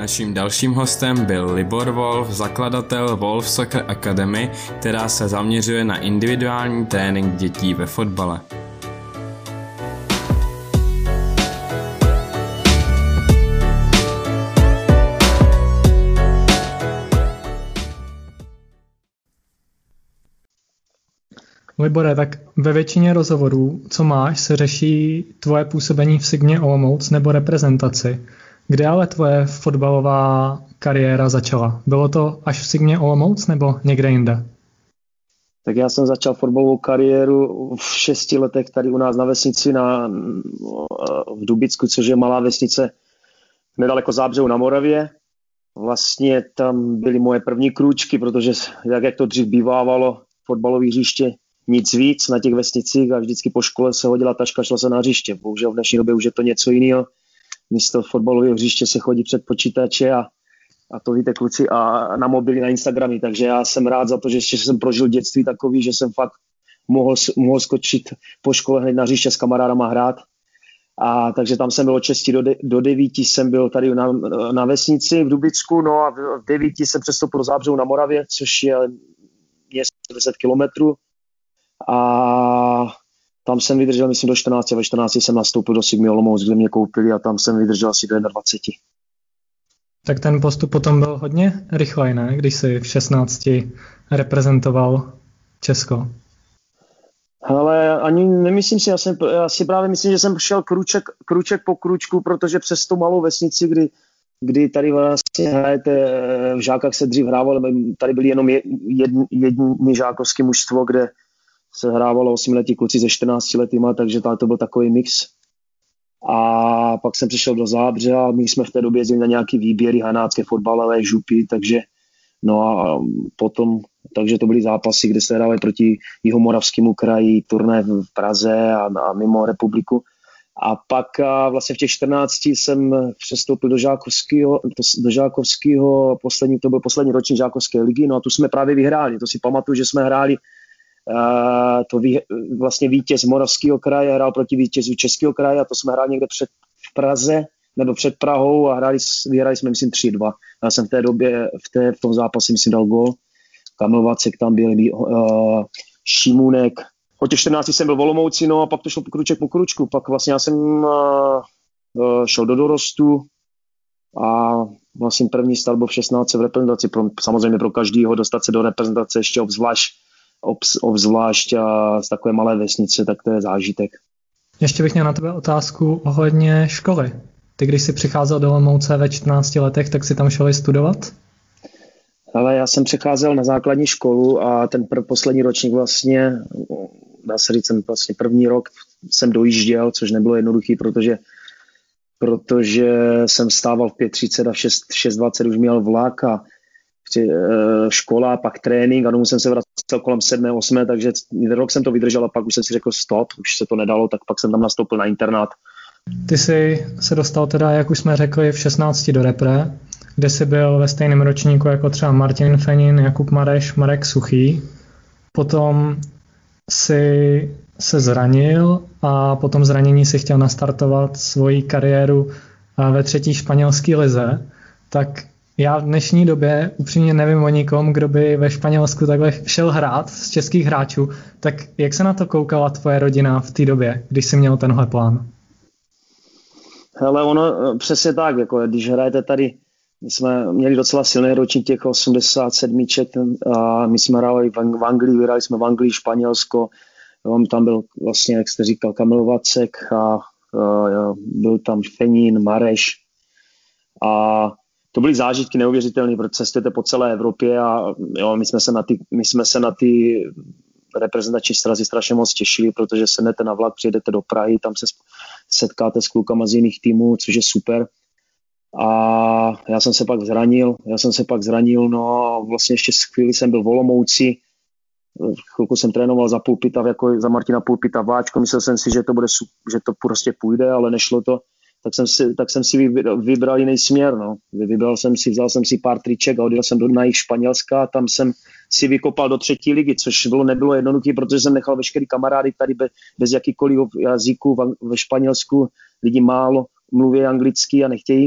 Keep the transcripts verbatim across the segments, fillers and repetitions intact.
Naším dalším hostem byl Libor Wolf, zakladatel Wolf Soccer Academy, která se zaměřuje na individuální trénink dětí ve fotbale. Libore, tak ve většině rozhovorů, co máš, se řeší tvoje působení v Sigmě Olomouc nebo reprezentaci. Kde ale tvoje fotbalová kariéra začala? Bylo to až v Sigmě Olomouc nebo někde jinde? Tak já jsem začal fotbalovou kariéru v šesti letech tady u nás na vesnici na, v Dubicku, což je malá vesnice nedaleko Zábřehu na Moravě. Vlastně tam byly moje první krůčky, protože jak, jak to dřív bývávalo, fotbalové hřiště, nic víc na těch vesnicích a vždycky po škole se hodila taška, šla se na hřiště. Bohužel v dnešní době už je to něco jiného. Místo fotbalového hřiště se chodí před počítače a, a to víte kluci a na mobily, na Instagramy. Takže já jsem rád za to, že ještě jsem prožil dětství takový, že jsem fakt mohl, mohl skočit po škole hned na hřiště s kamarádama hrát. A takže tam jsem byl od šesti do, de, do devíti jsem byl tady na, na vesnici v Dubicku, no a v devíti jsem přestoupil do Zábřehu na Moravě, což je město deset kilometrů. A tam jsem vydržel, myslím, do čtrnácti a ve čtrnácti jsem nastoupil do Sigmy Olomouc, kde mě koupili a tam jsem vydržel asi do dvaceti jedna. Tak ten postup potom byl hodně rychlej, ne? Když jsi v šestnácti reprezentoval Česko. Ale ani nemyslím si, já, jsem, já si právě myslím, že jsem šel krůček, krůček po krůčku, protože přes tu malou vesnici, kdy, kdy tady vlastně hrajete, v Žákách se dřív hrávalo, tady byly jenom jedno, jedno žákovské mužstvo, kde se hrávalo osmiletí kluci ze čtrnácti letýma, takže to byl takový mix. A pak jsem přišel do Zábřeha, my jsme v té době jezdili na nějaký výběry, hanácké fotbalové župy, takže no a potom, takže to byly zápasy, kde se hráli proti Jihomoravskému kraji, turné v Praze a, a mimo republiku. A pak a vlastně v těch čtrnácti jsem přestoupil do Žákovského, do Žákovského poslední, to byl poslední ročník Žákovské ligy, no a tu jsme právě vyhráli, to si pamatuju, že jsme hráli Uh, to vý, vlastně vítěz Moravského kraje hrál proti vítězu Českého kraje a to jsme hráli někde před v Praze nebo před Prahou a hráli, vyhráli jsme myslím tři dva. Já jsem v té době v, té, v tom zápase myslím dal gól. Kamil Vacek tam byl, uh, Šimunek. Po těch čtrnácti jsem byl v Olomouci, no a pak to šlo po kruček po kručku. Pak vlastně já jsem uh, uh, šel do dorostu a vlastně první start byl v šestnácti v reprezentaci. Pro, samozřejmě pro každýho dostat se do reprezentace ještě obzvlášť obzvlášť z takové malé vesnice, tak to je zážitek. Ještě bych měl na tebe otázku ohledně školy. Ty, když jsi přicházel do Olomouce ve čtrnácti letech, tak si tam šel studovat? Ale já jsem přecházel na základní školu a ten pr- poslední ročník vlastně, dá se říct, jsem vlastně první rok jsem dojížděl, což nebylo jednoduchý, protože, protože jsem stával v pět třicet a v šest dvacet už měl vlak a škola, pak trénink a domů jsem se vracel kolem sedmé, osmé, takže rok jsem to vydržel a pak už jsem si řekl stop, už se to nedalo, tak pak jsem tam nastoupil na internát. Ty jsi se dostal teda, jak už jsme řekli, v šestnácti do repre, kde jsi byl ve stejném ročníku jako třeba Martin Fenin, Jakub Mareš, Marek Suchý. Potom si se zranil a po tom zranění si chtěl nastartovat svoji kariéru ve třetí španělské lize, tak já v dnešní době upřímně nevím o nikom, kdo by ve Španělsku takhle šel hrát z českých hráčů. Tak jak se na to koukala tvoje rodina v té době, když jsi měl tenhle plán? Hele, ono přesně tak, jako když hrajete tady, my jsme měli docela silný ročník těch osmdesát sedm a my jsme hráli v Anglii, vyhráli jsme v Anglii, Španělsko, tam byl vlastně, jak jste říkal, Kamil Vacek a, a byl tam Fenin, Mareš a to byly zážitky neuvěřitelné, protože cestujete po celé Evropě a jo, my jsme se na ty, my jsme se na ty reprezentační srazy strašně moc těšili, protože sednete na vlak, přijedete do Prahy, tam se setkáte s klukama z jiných týmů, což je super. A já jsem se pak zranil, já jsem se pak zranil, no a vlastně ještě chvíli jsem byl v Olomouci, chvilku jsem trénoval za Pulpita, jako za Martina Pulpita Váčko, myslel jsem si, že to bude, že to prostě půjde, ale nešlo to. Tak jsem si, tak jsem si vybral jiný směr. No. Vybral jsem si, vzal jsem si pár triček a odjel jsem do, na jih Španělska a tam jsem si vykopal do třetí ligy, což bylo, nebylo jednoduché, protože jsem nechal veškerý kamarády tady be, bez jakýkoliv jazyku ve Španělsku. Lidi málo mluví anglicky a nechtějí.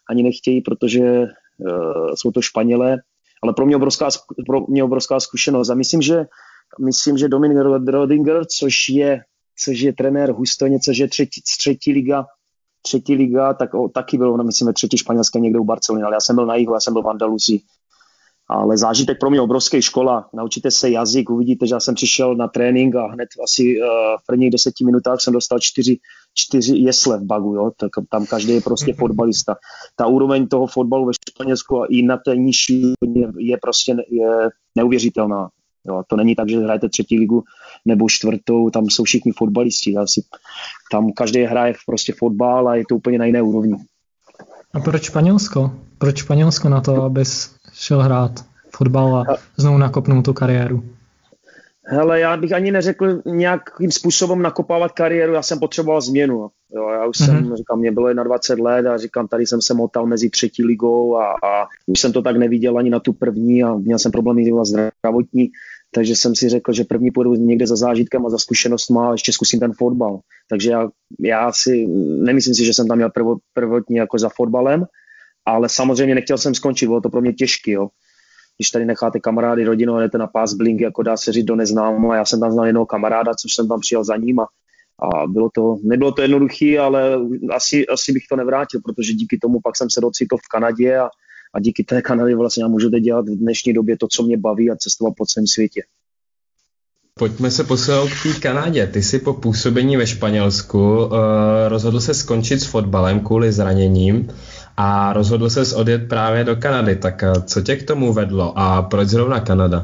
ani nechtějí, protože uh, jsou to Španělé, ale pro mě obrovská, pro mě obrovská zkušenost. A myslím, že, myslím, že Dominik Rodinger, což je, což je trenér Hustoně, což je třetí, třetí liga, třetí liga, tak o, taky bylo, myslím, ve třetí španělské někde u Barcelony, ale já jsem byl na jihu, já jsem byl v Andaluzii. Ale zážitek pro mě obrovský škola. Naučíte se jazyk, uvidíte, že já jsem přišel na trénink a hned asi uh, v prvních deseti minutách jsem dostal čtyři, čtyři jesle v bagu, jo? Tak tam každý je prostě fotbalista. Ta úroveň toho fotbalu ve Španělsku a i na té nižší je, je prostě je neuvěřitelná. Jo? To není tak, že hrajete třetí ligu nebo čtvrtou, tam jsou všichni fotbalisti. Asi, tam každý hraje prostě fotbal a je to úplně na jiné úrovni. A proč Španělsko? Proč Španělsko na to, abys šel hrát fotbal a znovu nakopnout tu kariéru? Hele, já bych ani neřekl nějakým způsobem nakopávat kariéru, já jsem potřeboval změnu. Jo, já už mm-hmm. jsem, říkám, mě bylo dvacet jedna let a říkám, tady jsem se motal mezi třetí ligou a, a už jsem to tak neviděl ani na tu první a měl jsem problémy zdravotní, takže jsem si řekl, že první půjdu někde za zážitkem a za zkušenostma a ještě zkusím ten fotbal. Takže já, já si, nemyslím si, že jsem tam měl prvo, prvotní jako za fotbalem, ale samozřejmě nechtěl jsem skončit, bylo to pro mě těžké, jo. Když tady necháte kamarády, rodinu a jdete na pás blink, jako dá se říct do neznámo, a já jsem tam znal jednoho kamaráda, což jsem tam přijel za ním a, a bylo to, nebylo to jednoduché, ale asi, asi bych to nevrátil, protože díky tomu pak jsem se docitl v Kanadě a, a díky té Kanadě vlastně já můžu dělat v dnešní době to, co mě baví a cestovat po celém světě. Pojďme se posunout k té Kanadě. Ty jsi po působení ve Španělsku uh, rozhodl se skončit s fotbalem kvůli zraněním a rozhodl ses odjet právě do Kanady. Tak co tě k tomu vedlo a proč zrovna Kanada?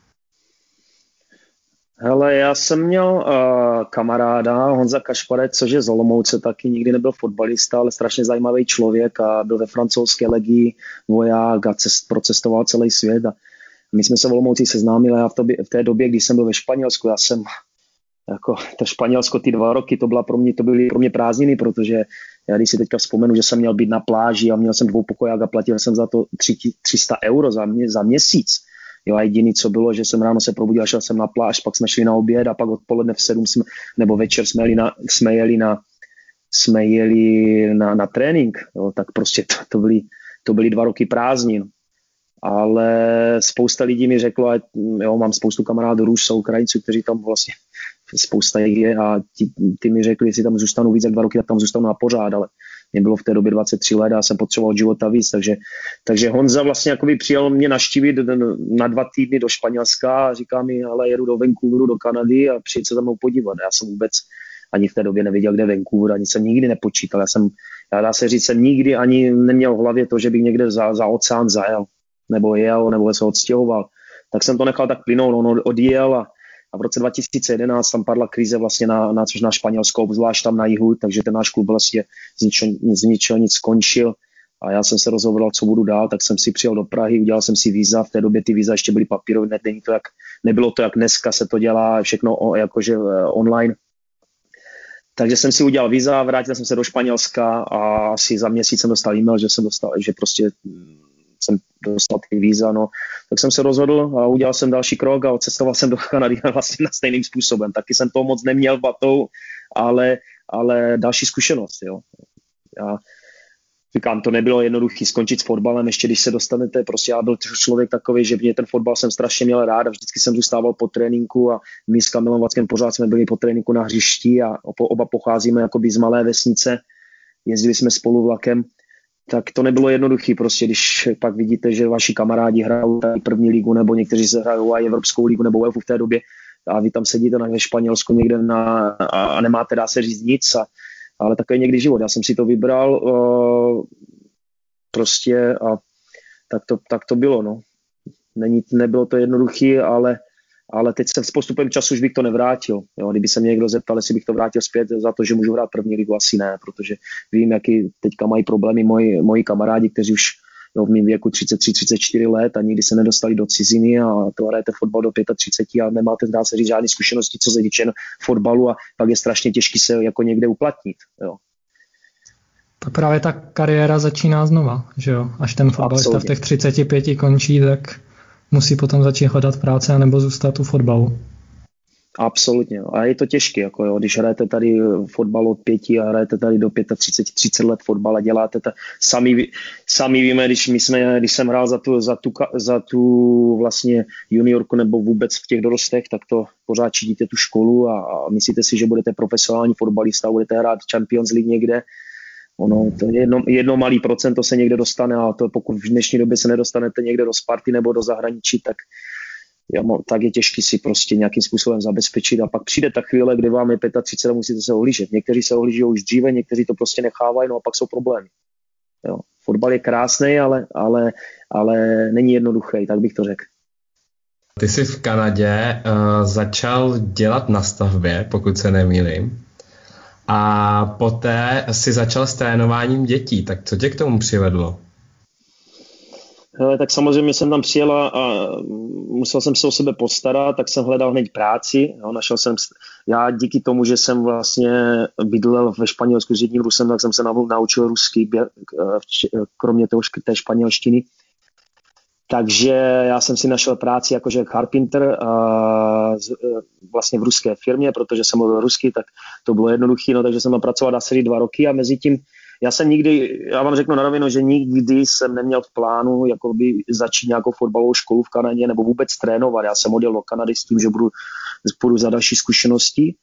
Hele, já jsem měl uh, kamaráda Honza Kašparec, což je z Olomouce, taky nikdy nebyl fotbalista, ale strašně zajímavý člověk a byl ve francouzské legii voják a cest, procestoval celý svět. A my jsme se v Olomouci seznámili a v, tobě, v té době, když jsem byl ve Španělsku, já jsem jako to Španělsko, ty dva roky, to, byla pro mě, to byly pro mě prázdniny, protože já když si teďka vzpomenu, že jsem měl být na pláži a měl jsem dvoupokoják a platil jsem za to tři sta euro za, mě, za měsíc. Jo, a jediný, co bylo, že jsem ráno se probudil, šel jsem na pláž, pak jsme šli na oběd a pak odpoledne v sedm jsme, nebo večer jsme jeli na, jsme jeli na, jsme jeli na, na trénink. Jo, tak prostě to, to, byly, to byly dva roky prázdnin. Ale spousta lidí mi řeklo, a jo, mám spoustu kamarádů Rusů, Ukrajinců, kteří tam vlastně spousta jich je a ti, ty mi řekli, jestli tam zůstanu víc jak dva roky, tak tam zůstanu na pořád, ale mě bylo v té době dvacet tři let a jsem potřeboval života víc, takže, takže Honza vlastně jakoby přijel mě navštívit na dva týdny do Španělska a říká mi, ale jedu do Vancouveru, do Kanady a přijď se za mnou podívat. Já jsem vůbec ani v té době nevěděl, kde Vancouver, ani jsem nikdy nepočítal. Já jsem, já dá se říct, jsem nikdy ani neměl v hlavě to, že bych někde za, za oceán zajel, nebo jel, nebo se odstěhoval. Tak jsem to nechal tak plynout, on odjel a A v roce dva tisíce jedenáct tam padla krize vlastně na, na, což na Španělsko, obzvlášť tam na jihu, takže ten náš klub vlastně z ničeho, z ničeho nic skončil a já jsem se rozhodoval, co budu dál, tak jsem si přijel do Prahy, udělal jsem si víza, v té době ty víza ještě byly papírové, ne, to jak, nebylo to jak dneska se to dělá všechno o, jakože online. Takže jsem si udělal víza, vrátil jsem se do Španělska a asi za měsíc jsem dostal e-mail, že jsem dostal, že prostě jsem dostal ty víza, no, tak jsem se rozhodl a udělal jsem další krok a odcestoval jsem do Kanady vlastně na stejným způsobem. Taky jsem to moc neměl batou, ale, ale další zkušenost, jo. Já říkám, to nebylo jednoduché skončit s fotbalem, ještě když se dostanete, prostě já byl člověk takový, že mě ten fotbal jsem strašně měl rád a vždycky jsem zůstával po tréninku a my s Kamilem Vackem pořád jsme byli po tréninku na hřišti a oba pocházíme jakoby z malé vesnice, jezdili jsme spolu vlakem, tak to nebylo jednoduché, prostě když pak vidíte, že vaši kamarádi hrajou první ligu nebo někteří se hrajou i Evropskou ligu nebo UEFA v té době a vy tam sedíte na Španělsku někde na, a nemáte, dá se říct, nic, a, ale takový někdy život. Já jsem si to vybral uh, prostě a tak to, tak to bylo, no. Není, nebylo to jednoduché, ale ale teď jsem s postupem času už bych to nevrátil. Jo, kdyby se mě někdo zeptal, jestli bych to vrátil zpět za to, že můžu hrát první ligu, asi ne, protože vím, jaký teďka mají problémy moji, moji kamarádi, kteří už jo, v mém věku třicet tři třicet čtyři let a nikdy se nedostali do ciziny a to hrajete fotbal do třicet pět a nemáte, dá se říct, žádné zkušenosti, co se týče fotbalu a pak je strašně těžký se jako někde uplatnit. Jo. Tak právě ta kariéra začíná znova, že jo? Až ten fotbalista v těch třiceti pěti končí, tak musí potom začít hledat práce anebo zůstat u fotbalu. Absolutně. A je to těžké, jako jo, když hrajete tady fotbal od pěti a hrajete tady do třicet pět třicet let fotbal a děláte to. Sami, sami víme, když, my jsme, když jsem hrál za tu, za, tu, za tu vlastně juniorku nebo vůbec v těch dorostech, tak to pořád čidíte tu školu a, a myslíte si, že budete profesionální fotbalista, budete hrát Champions League někde. Ono, to je jedno, jedno malý procento se někde dostane a to pokud v dnešní době se nedostanete někde do Sparty nebo do zahraničí, tak tak je těžké si prostě nějakým způsobem zabezpečit a pak přijde ta chvíle, kdy vám je třicet pět a musíte se ohlížet. Někteří se ohlíží už dříve, někteří to prostě nechávají, no a pak jsou problémy. Jo. Fotbal je krásný, ale, ale, ale není jednoduchý, tak bych to řekl. Ty jsi v Kanadě uh, začal dělat na stavbě, pokud se nemýlím, a poté si začal s trénováním dětí. Tak co tě k tomu přivedlo? Hele, tak samozřejmě jsem tam přijel a musel jsem se o sebe postarat, tak jsem hledal hned práci. Jo, našel jsem, já díky tomu, že jsem vlastně bydlel ve Španělsku s jedním Rusem, tak jsem se naučil rusky, kromě toho, té španělštiny. Takže já jsem si našel práci jakože carpenter vlastně v ruské firmě, protože jsem mluvil rusky, tak to bylo jednoduché, no, takže jsem tam pracoval asi dva roky a mezi tím já jsem nikdy, já vám řeknu na rovinu, že nikdy jsem neměl v plánu jakoby začít nějakou fotbalovou školu v Kanadě nebo vůbec trénovat. Já jsem odjel do Kanady s tím, že budu, budu za další zkušenosti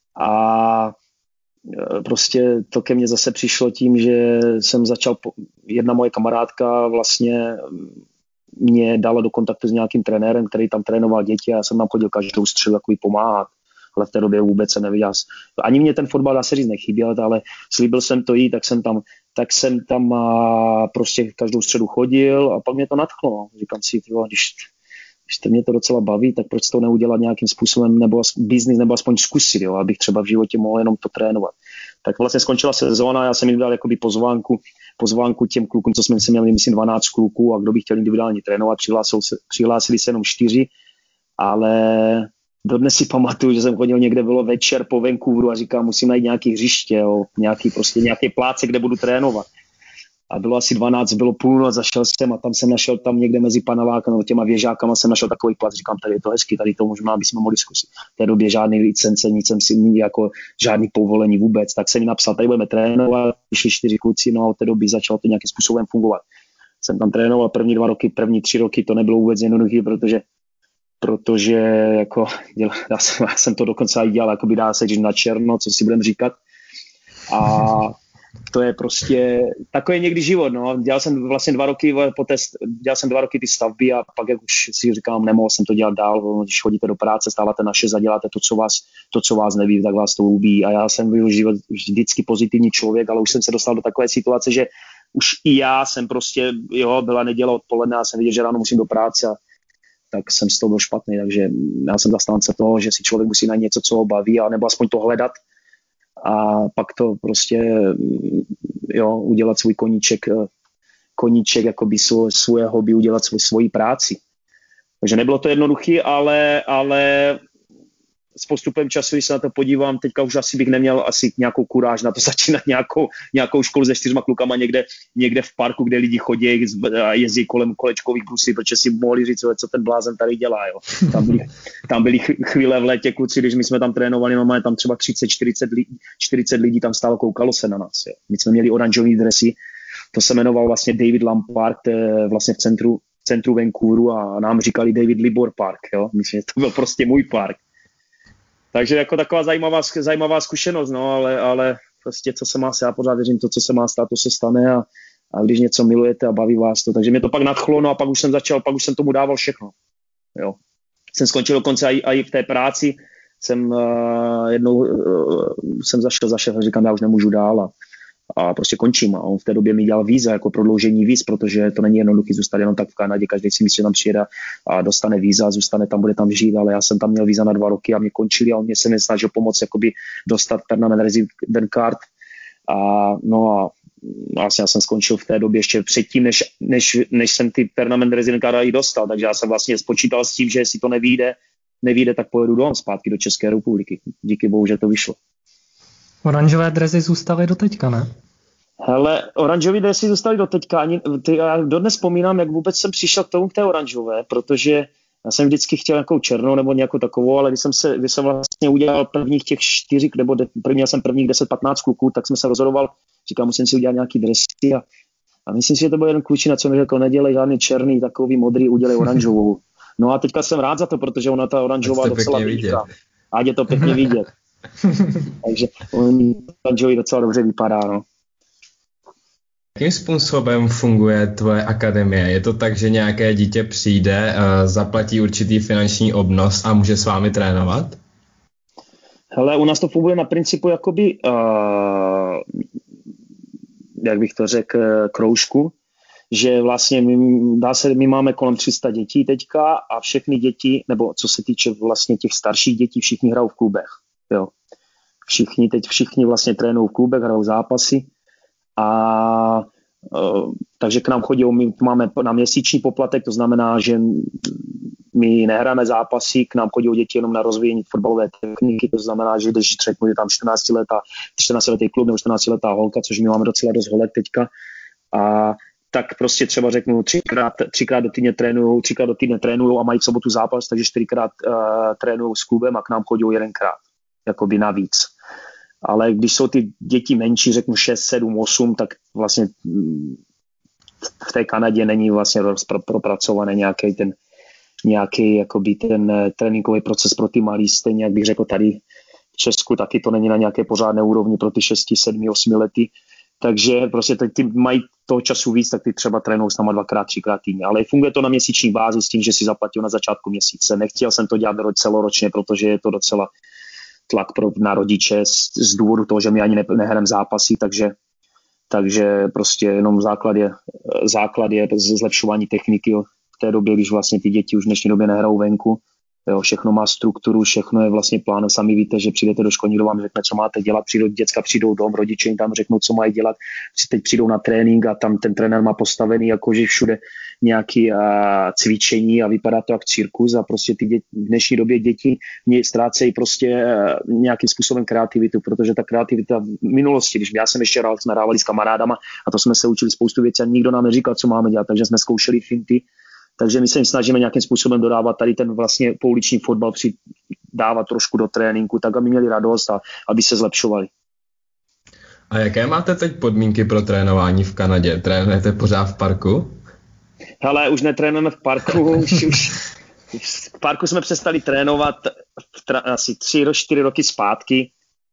a prostě to ke mně zase přišlo tím, že jsem začal, jedna moje kamarádka vlastně mě dala do kontaktu s nějakým trenérem, který tam trénoval děti a já jsem tam chodil každou středu takový pomáhat. Ale v té době vůbec se neviděl. Ani mě ten fotbal, dá se říct, nechyběl, ale slíbil jsem to jít, tak jsem tam, tak jsem tam a prostě každou středu chodil a pak mě to nadchlo. Říkám si, tyvo, když, když to mě to docela baví, tak proč to neudělat nějakým způsobem, nebo biznis, nebo aspoň zkusit, jo, abych třeba v životě mohl jenom to trénovat. Tak vlastně skončila sezóna, já jsem jim dal jakoby pozvánku, pozvánku těm klukům, co jsme si měli, myslím, dvanáct kluků a kdo by chtěl individuálně trénovat, přihlásili se, přihlásili se jenom čtyři, ale dodnes si pamatuju, že jsem chodil někde, bylo večer po Vancouveru a říkám, musím najít nějaký hřiště, jo, nějaký prostě nějaký pláce, kde budu trénovat. A bylo asi dvanáct, bylo půlnoc, zašel jsem a tam jsem našel tam někde mezi panelákama nebo těma věžákama jsem našel takový plác, říkám, tady je to hezky, tady to možná bychom mohli zkusit. V té době žádný licence, nic jsem si jako žádný povolení vůbec, tak jsem mi napsal, tady budeme trénovat, vyšli čtyři kluci, no a od té doby začalo to nějakým způsobem fungovat. Jsem tam trénoval první dva roky, první tři roky, to nebylo vůbec jednoduché, protože protože jako, já jsem, já jsem to dokonce i dělal, jako by dá se říct na černo, co si budeme říkat. A to je prostě, takový někdy život, no. Dělal jsem vlastně dva roky, poté, dělal jsem dva roky ty stavby a pak, jak už si říkám, nemohl jsem to dělat dál, když chodíte do práce, stáváte na šest a děláte to, co vás, to, co vás neví, tak vás to ubíjí. A já jsem byl život vždycky pozitivní člověk, ale už jsem se dostal do takové situace, že už i já jsem prostě, jo, byla neděle odpoledne a jsem viděl, že ráno musím do práce a tak jsem z toho byl špatný, takže já jsem zastánce toho, že si člověk musí najít něco, co ho baví, a nebo aspoň to hledat a pak to prostě, jo, udělat svůj koníček, koníček jakoby svoje hobby, udělat svůj, svoji práci. Takže nebylo to jednoduché, ale, ale s postupem času, když se na to podívám, teďka už asi bych neměl asi nějakou kuráž na to začínat nějakou, nějakou školu se čtyřma klukama někde, někde v parku, kde lidi chodí a jezdí kolem kolečkových brusí, protože si mohli říct, co ten blázen tady dělá. Jo. Tam, byly, tam byly chvíle v létě kluci, když my jsme tam trénovali, no, máme tam třeba třicet čtyřicet lidí, čtyřicet lidí tam stálo, koukalo se na nás. Jo. My jsme měli oranžový dresy, to se jmenoval vlastně David Lamb Park, vlastně v centru, v centru Vancouveru a nám říkali David Libor Park. Jo. Myslím, že to byl prostě můj park. Takže jako taková zajímavá, zajímavá zkušenost, no, ale, ale prostě co se má, já pořád věřím, to, co se má stát, to se stane a, a když něco milujete a baví vás to, takže mě to pak nadchlo, no a pak už jsem začal, pak už jsem tomu dával všechno, jo. Jsem skončil dokonce i, i v té práci, jsem uh, jednou, uh, jsem zašel za šéf a říkám, já už nemůžu dál a, a prostě končím. A on v té době mi dělal víza, jako prodloužení víz, protože to není jednoduchý zůstat jenom tak v Kanadě, každý si myslí, že tam přijede a dostane víza, zůstane tam, bude tam žít, ale já jsem tam měl víza na dva roky a mě končili a on mě se mi snažil pomoct jakoby dostat permanent resident card. A no a vlastně já jsem skončil v té době ještě předtím, než, než, než jsem ty permanent resident card i dostal, takže já jsem vlastně spočítal s tím, že jestli to nevyjde, nevyjde, tak pojedu dom zpátky do České republiky. Díky bohu, že to vyšlo. Oranžové dresy zůstaly do teďka, ne? Hele, oranžové dresy zůstaly do teďka. Ani, ty, já dodnes vzpomínám, jak vůbec jsem přišel k tomu k té oranžové, protože Já jsem vždycky chtěl nějakou černou nebo nějakou takovou, ale když jsem, se, když jsem vlastně udělal prvních těch čtyři, nebo de, první, jsem prvních deset patnáct kluků, tak jsem se rozhodoval, říkám, musím si udělat nějaký dresy a, a myslím si, že to byl jeden klučina, co mi řekl, nedělej žádný černý, takový modrý, udělej oranžovou. No a teďka jsem rád za to, protože ona ta oranžová docela vypadá. Ať je to pěkně vidět. Takže oranžový docela dobře vypadá, no. Jakým způsobem funguje tvoje akademie? Je to tak, že nějaké dítě přijde, zaplatí určitý finanční obnos a může s vámi trénovat? Hele, u nás to funguje na principu jakoby, uh, jak bych to řekl, kroužku, že vlastně my, dá se, my máme kolem tři sta dětí teďka a všechny děti, nebo co se týče vlastně těch starších dětí, všichni hrajou v klubech. Jo. Všichni, teď všichni vlastně trénují v klubech, hrajou zápasy. A uh, takže k nám chodí, my máme na měsíční poplatek, to znamená, že my nehráme zápasy, k nám chodí děti jenom na rozvíjení fotbalové techniky, to znamená, že když řeknu, je tam čtrnáctiletý klub nebo čtrnáctiletá holka, což my máme docela dost holek teďka, a tak prostě třeba řeknu třikrát, třikrát do týdne trénují, třikrát do týdne trénují a mají v sobotu zápas, takže čtyřikrát uh, trénují s klubem a k nám chodí jedenkrát, jakoby navíc. Ale když jsou ty děti menší, řeknu šest, sedm, osm, tak vlastně v té Kanadě není vlastně propracovaný nějaký ten, nějaký jakoby ten tréninkový proces pro ty malý, stejně jak bych řekl tady v Česku, taky to není na nějaké pořádné úrovni pro ty šesti, sedmi, osmi lety. Takže prostě ty mají toho času víc, tak ty třeba trénují s náma dvakrát, třikrát týdně. Ale funguje to na měsíční bázi s tím, že si zaplatil na začátku měsíce. Nechtěl jsem to dělat celoročně, protože je to docela tlak pro, na rodiče z, z důvodu toho, že my ani ne, nehrajeme zápasy, takže, takže prostě jenom základ je, základ je zlepšování techniky v té době, když vlastně ty děti už v dnešní době nehrajou venku. Jo, všechno má strukturu, všechno je vlastně plán. Sami víte, že přijdete do školy, někdo vám řekne, co máte dělat, přijdou, děcka přijdou dom, rodiče jim tam řeknou, co mají dělat. Teď přijdou na trénink a tam ten trenér má postavený jakože všude nějaké cvičení a vypadá to jak cirkus a prostě ty děti, v dnešní době děti ztrácejí prostě uh, nějakým způsobem kreativitu, protože ta kreativita v minulosti, když já jsem ještě hrál, jsme hrávali s kamarádama a to jsme se učili spoustu věcí a nikdo nám neříkal, co máme dělat, takže jsme zkoušeli finty. Takže my se jim snažíme nějakým způsobem dodávat tady ten vlastně pouliční fotbal, přidávat trošku do tréninku, tak aby měli radost a aby se zlepšovali. A jaké máte teď podmínky pro trénování v Kanadě? Trénujete pořád v parku? Hele, už netrénujeme v parku, už, už v parku jsme přestali trénovat v tra- asi tři, čtyři roky zpátky.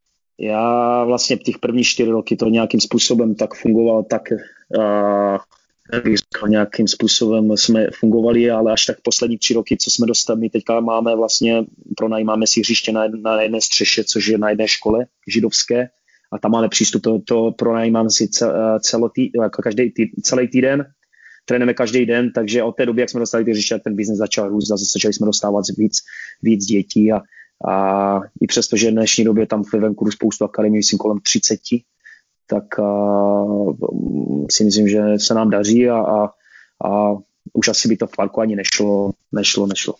Já vlastně těch první čtyři roky to nějakým způsobem tak fungovalo, tak uh, nějakým způsobem jsme fungovali, ale až tak poslední tři roky, co jsme dostali, my teďka máme vlastně, pronajímáme si hřiště na, na jedné střeše, což je na jedné škole židovské a tam máme přístup, to, to pronajímáme si celý, každý tý, celý týden, trénujeme každý den, takže od té doby, jak jsme dostali ty hřiště, ten biznes začal růst, zase začali jsme dostávat víc, víc dětí a, a i přesto, že v dnešní době tam ve Vancouveru spoustu akademií, myslím kolem třicet, tak uh, si myslím, že se nám daří a, a, a už asi by to v parku ani nešlo, nešlo, nešlo.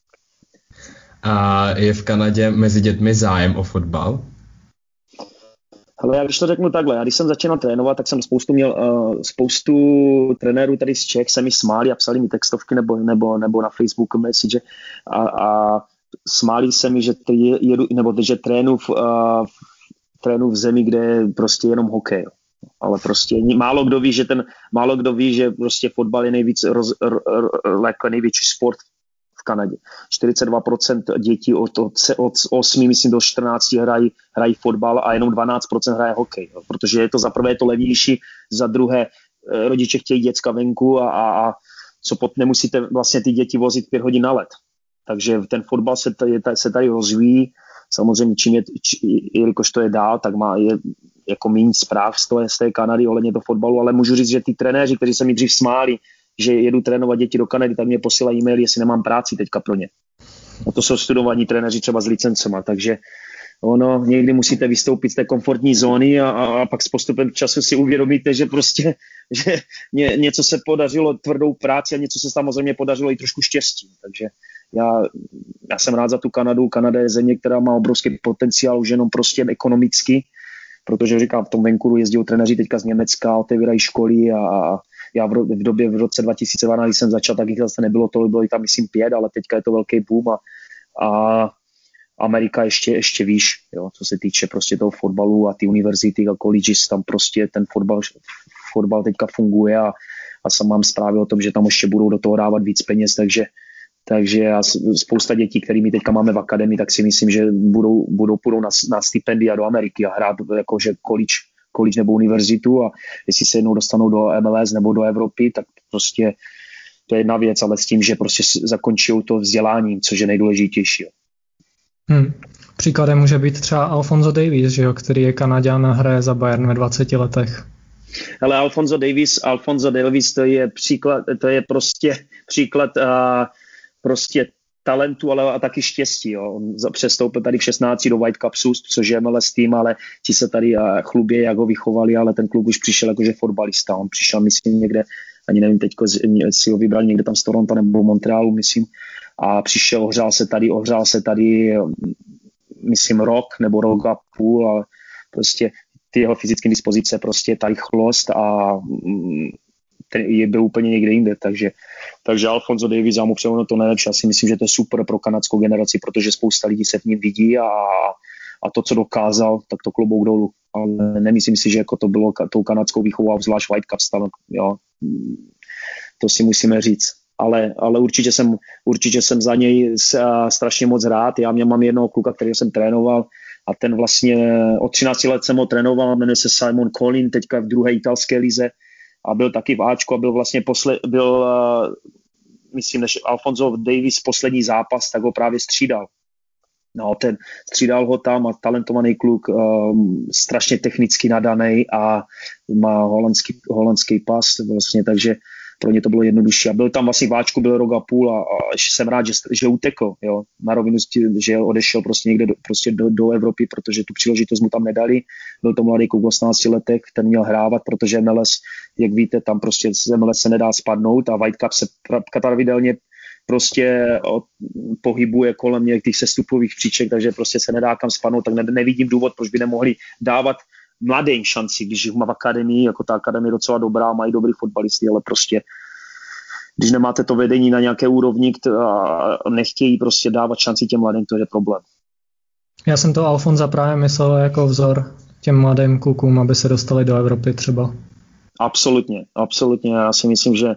A je v Kanadě mezi dětmi zájem o fotbal? Ale já když to řeknu takhle, já když jsem začínal trénovat, tak jsem spoustu měl, uh, spoustu trenérů tady z Čech se mi smáli a psali mi textovky nebo, nebo, nebo na Facebooku message a, a smáli se mi, že, jedu, nebo, že trénu v, uh, trénu v zemi, kde je prostě jenom hokej. Ale prostě málo kdo ví, že ten, málo kdo ví, že prostě fotbal je nejvíc roz, r, r, r, největší sport v Kanadě. čtyřicet dva procent dětí od, od, od osmi, myslím, do čtrnácti hrají, hrají fotbal a jenom dvanáct procent hraje hokej. Protože je to za prvé je to levnější, za druhé rodiče chtějí děcka venku a, a, a co pot nemusíte vlastně ty děti vozit pět hodin na let. Takže ten fotbal se tady, se tady rozvíjí. Samozřejmě, čím je, či, jelikož to je dál, tak má je jako méně zpráv z, toho, z té Kanady ohledně toho fotbalu, ale můžu říct, že ty trenéři, kteří se mi dřív smáli, že jedu trénovat děti do Kanady, tak mě posílají e-mail, jestli nemám práci teďka pro ně. A to jsou studovaní trenéři třeba s licencema, takže ono, někdy musíte vystoupit z té komfortní zóny a, a, a pak s postupem času si uvědomíte, že prostě že ně, něco se podařilo tvrdou práci a něco se samozřejmě podařilo i trošku štěstí. Takže já, já jsem rád za tu Kanadu. Kanada je země, která má obrovský potenciál už jenom prostě ekonomicky, protože říkám, v tom Vancouveru jezdí trenéři teďka z Německa, otevírají školy a, a já v, v době v roce dva tisíce dvanáct, když jsem začal, tak jich zase nebylo tolik, bylo jich tam myslím pět, ale teďka je to velký boom a, a Amerika ještě, ještě výš, jo, co se týče prostě toho fotbalu a ty univerzity a colleges, tam prostě ten fotbal, fotbal teďka funguje a, a sam mám zprávy o tom, že tam ještě budou do toho dávat víc peněz, takže takže já, spousta dětí, kterými teďka máme v akademii, tak si myslím, že budou, budou půjdou na, na stipendia do Ameriky a hrát jakože college, college nebo univerzitu a jestli se jednou dostanou do M L S nebo do Evropy, tak prostě to je jedna věc, ale s tím, že prostě zakončí to vzděláním, což je nejdůležitější. Hmm. Příkladem může být třeba Alphonso Davies, že jo, který je Kanaďan a hraje za Bayern ve dvaceti letech. Ale Alphonso Davies, Alphonso Davies to je příklad, to je prostě příklad uh, prostě talentu, ale a taky štěstí. Jo. On přestoupil tady v šestnácti do Whitecaps, což je M L S tým, ale ti se tady uh, chlubí, jak ho vychovali, ale ten kluk už přišel jakože fotbalista. On přišel, myslím, někde, ani nevím teď, si ho vybral někde tam z Toronto nebo Montrealu, myslím, a přišel, ohřál se tady, ohřál se tady, myslím, rok nebo rok a půl a prostě ty jeho fyzické dispozice, prostě ta rychlost a ten je byl úplně někde jinde, takže, takže Alphonso Davies, já mu přeju to nejlepší, já si myslím, že to je super pro kanadskou generaci, protože spousta lidí se v ním vidí a, a to, co dokázal, tak to klobouk dolů, ale nemyslím si, že jako to bylo tou kanadskou výchovou, zvlášť Whitecaps, jo, to si musíme říct. Ale, ale určitě, jsem, určitě jsem za něj strašně moc rád. Já mě mám jednoho kluka, kterého jsem trénoval a ten vlastně od třinácti let jsem ho trénoval, jmenuje se Simon Collin, teďka v druhé italské lize a byl taky v Ačku a byl vlastně posle, byl, myslím, než Alphonso Davies poslední zápas, tak ho právě střídal. No, ten střídal ho tam a talentovaný kluk, um, strašně technicky nadaný a má holandský, holandský pas vlastně, takže pro ně to bylo jednodušší. A byl tam vlastně váčku, byl rok a půl a, a jsem rád, že, že utekl. Jo. Na rovinu, že odešel prostě někde do, prostě do, do Evropy, protože tu příležitost mu tam nedali. Byl to mladý kluk v osmnácti letech, ten měl hrávat, protože M L S, jak víte, tam prostě z M L S se nedá spadnout a Whitecaps se pravidelně prostě pohybuje kolem těch sestupových příček, takže prostě se nedá kam spadnout, tak ne, nevidím důvod, proč by nemohli dávat mladým šanci, když jich má v akademii, jako ta akademie je docela dobrá, mají dobrý fotbalisty, ale prostě když nemáte to vedení na nějaké úrovni a nechtějí prostě dávat šanci těm mladým, to je problém. Já jsem to Alfonza právě myslel jako vzor těm mladým klukům, aby se dostali do Evropy třeba. Absolutně, absolutně. Já si myslím, že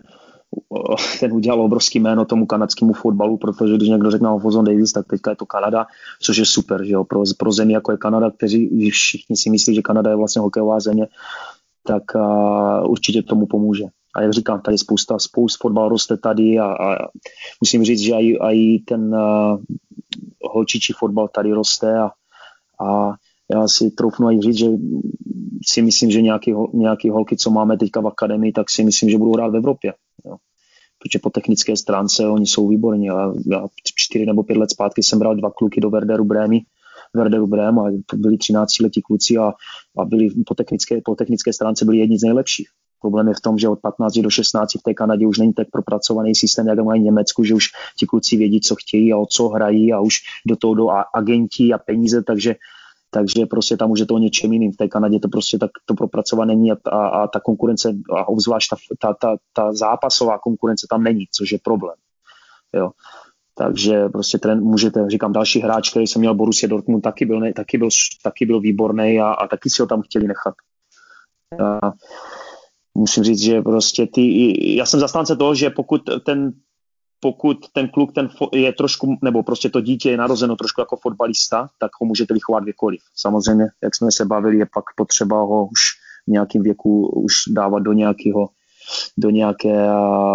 ten udělal obrovský jméno tomu kanadskému fotbalu, protože když někdo řekne Alphonso Davies, tak teďka je to Kanada, což je super, že jo, pro, pro zemi jako je Kanada, kteří všichni si myslí, že Kanada je vlastně hokejová země, tak uh, určitě tomu pomůže. A jak říkám, tady spousta, spousta fotbal roste tady a, a musím říct, že i, i ten uh, holčičí fotbal tady roste a, a já si troufnu i říct, že si myslím, že nějaký, nějaký holky, co máme teďka v akademii, tak si myslím, že budou hrát v Evropě. Jo. Protože po technické stránce oni jsou výborní. Já, já čtyři nebo pět let zpátky jsem bral dva kluky do Werderu Brémy, Werderu Brém a byli třináctiletí kluci a, a byli po technické, po technické stránce byli jedni z nejlepších. Problém je v tom, že od patnácti do šestnácti v té Kanadě už není tak propracovaný systém, jak mají v Německu, že už ti kluci vědí, co chtějí a o co hrají a už do toho jdou agenti a peníze, takže takže prostě tam už je to o něčem jiným. V té Kanadě to prostě tak to propracované není a, a, a ta konkurence, a obzvlášť ta, ta, ta, ta zápasová konkurence tam není, což je problém. Jo. Takže prostě ten, můžete, říkám, další hráč, který jsem měl Borussia Dortmund, taky byl, ne, taky byl, taky byl výborný a, a taky si ho tam chtěli nechat. A musím říct, že prostě ty, já jsem zastánce toho, že pokud ten pokud ten kluk ten je trošku, nebo prostě to dítě je narozeno trošku jako fotbalista, tak ho můžete vychovat kdekoliv. Samozřejmě, jak jsme se bavili, je pak potřeba ho už v nějakém věku už dávat do nějakého, do nějaké,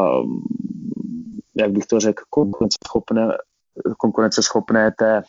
jak bych to řekl, konkurenceschopné, konkurenceschopné té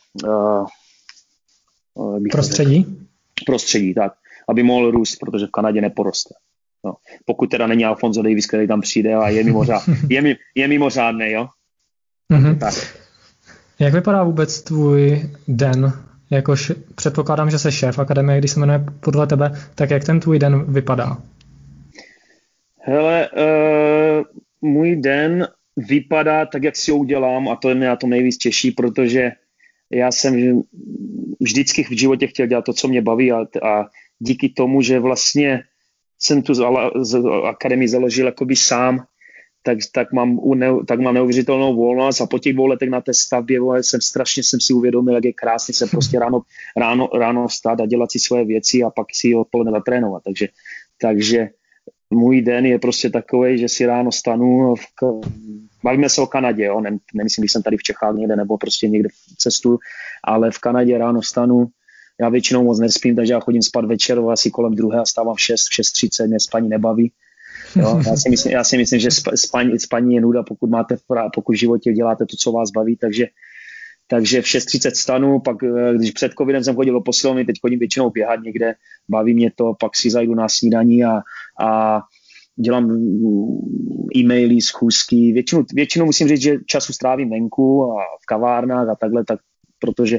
uh, prostředí? Řekl, prostředí, tak, aby mohl růst, protože v Kanadě neporoste. No. Pokud teda není Alphonso Davies, který tam přijde a je, mimořád, je, je mimořádný, jo? Mm-hmm. Tak. Jak vypadá vůbec tvůj den? Jakož předpokládám, že jsi šéf akademie, když se jmenuje podle tebe, tak jak ten tvůj den vypadá? Hele, uh, můj den vypadá tak, jak si ho udělám a to je mě na tom nejvíc těší, protože já jsem vždycky v životě chtěl dělat to, co mě baví a, a díky tomu, že vlastně jsem tu z, z akademii založil jakoby sám, tak, tak, mám, tak mám neuvěřitelnou volnost a po těch dvou letech na té stavbě jsem strašně jsem si uvědomil, jak je krásně se prostě ráno, ráno, ráno vstát a dělat si svoje věci a pak si odpoledne zatrénovat. Takže, takže můj den je prostě takový, že si ráno stanu, v, bavíme se o Kanadě, jo? Nemyslím, když jsem tady v Čechách někde nebo prostě někde v cestu, ale v Kanadě ráno vstanu, já většinou moc nespím, takže já chodím spát večer asi kolem druhé a stávám v šest, v šest třicet, mě spaní nebaví. Jo? Já, si myslím, já si myslím, že spaní, spaní je nuda, pokud máte, pokud v životě děláte to, co vás baví, takže, takže v šest třicet stanu, pak když před covidem jsem chodil do posilovny, teď chodím většinou běhat někde, baví mě to, pak si zajdu na snídaní a, a dělám e-maily, schůzky, většinou, většinou musím říct, že času strávím venku a v kavárnách a takhle, tak, protože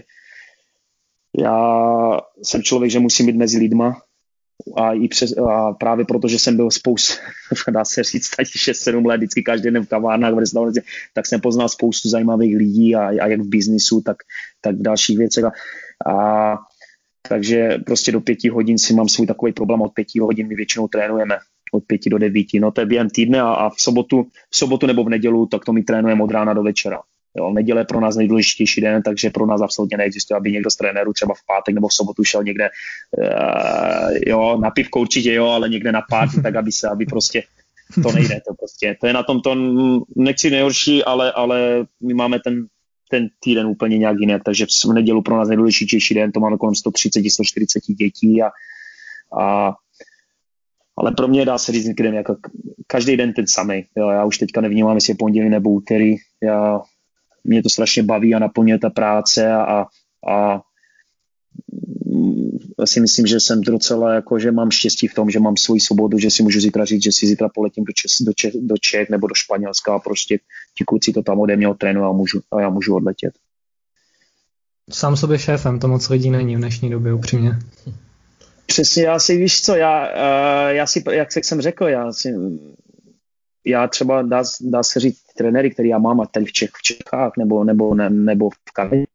já jsem člověk, že musím být mezi lidma a, i přes, a právě proto, že jsem byl spoustu, dá se říct, šest sedm let, vždycky každý den v kavárnách, v restauraci, tak jsem poznal spoustu zajímavých lidí a, a jak v biznisu, tak, tak v dalších věcech. A, a takže prostě do pěti hodin si mám svůj takový problém, od pěti hodin my většinou trénujeme, od pěti do devíti, no to je během týdne a, a v sobotu, v sobotu nebo v nedělu, tak to my trénujeme od rána do večera. Jo, neděle je pro nás nejdůležitější den, takže pro nás absolutně neexistuje, aby někdo z trenérů třeba v pátek nebo v sobotu šel někde, uh, jo, na pivko určitě jo, ale někde na party, tak aby se, aby prostě, to nejde, to prostě, to je na tom to, nechci nejhorší, ale, ale my máme ten, ten týden úplně nějak jinak, takže v nedělu pro nás nejdůležitější den, to máme kolem sto třicet sto čtyřicet dětí a, a ale pro mě dá se říct někde jako každý den ten samý. Jo, já už teďka nevnímám, jestli je pondělí nebo úterý. Já, mě to strašně baví a naplňuje ta práce a, a, a já si myslím, že jsem docela jako, že mám štěstí v tom, že mám svoji svobodu, že si můžu zítra říct, že si zítra poletím do, Čes, do, Čech, do Čech nebo do Španělska a prostě ti kluci to tam ode mě trénují a, můžu, a já můžu odletět. Sám sobě šéfem, to moc lidí není v dnešní době, upřímně. Přesně, já si, víš co, já, já si, jak jsem řekl, já si, já třeba dá, dá se říct trenéry, který já mám a tady v, Čech, v Čechách nebo, nebo, ne, nebo v Kanadě,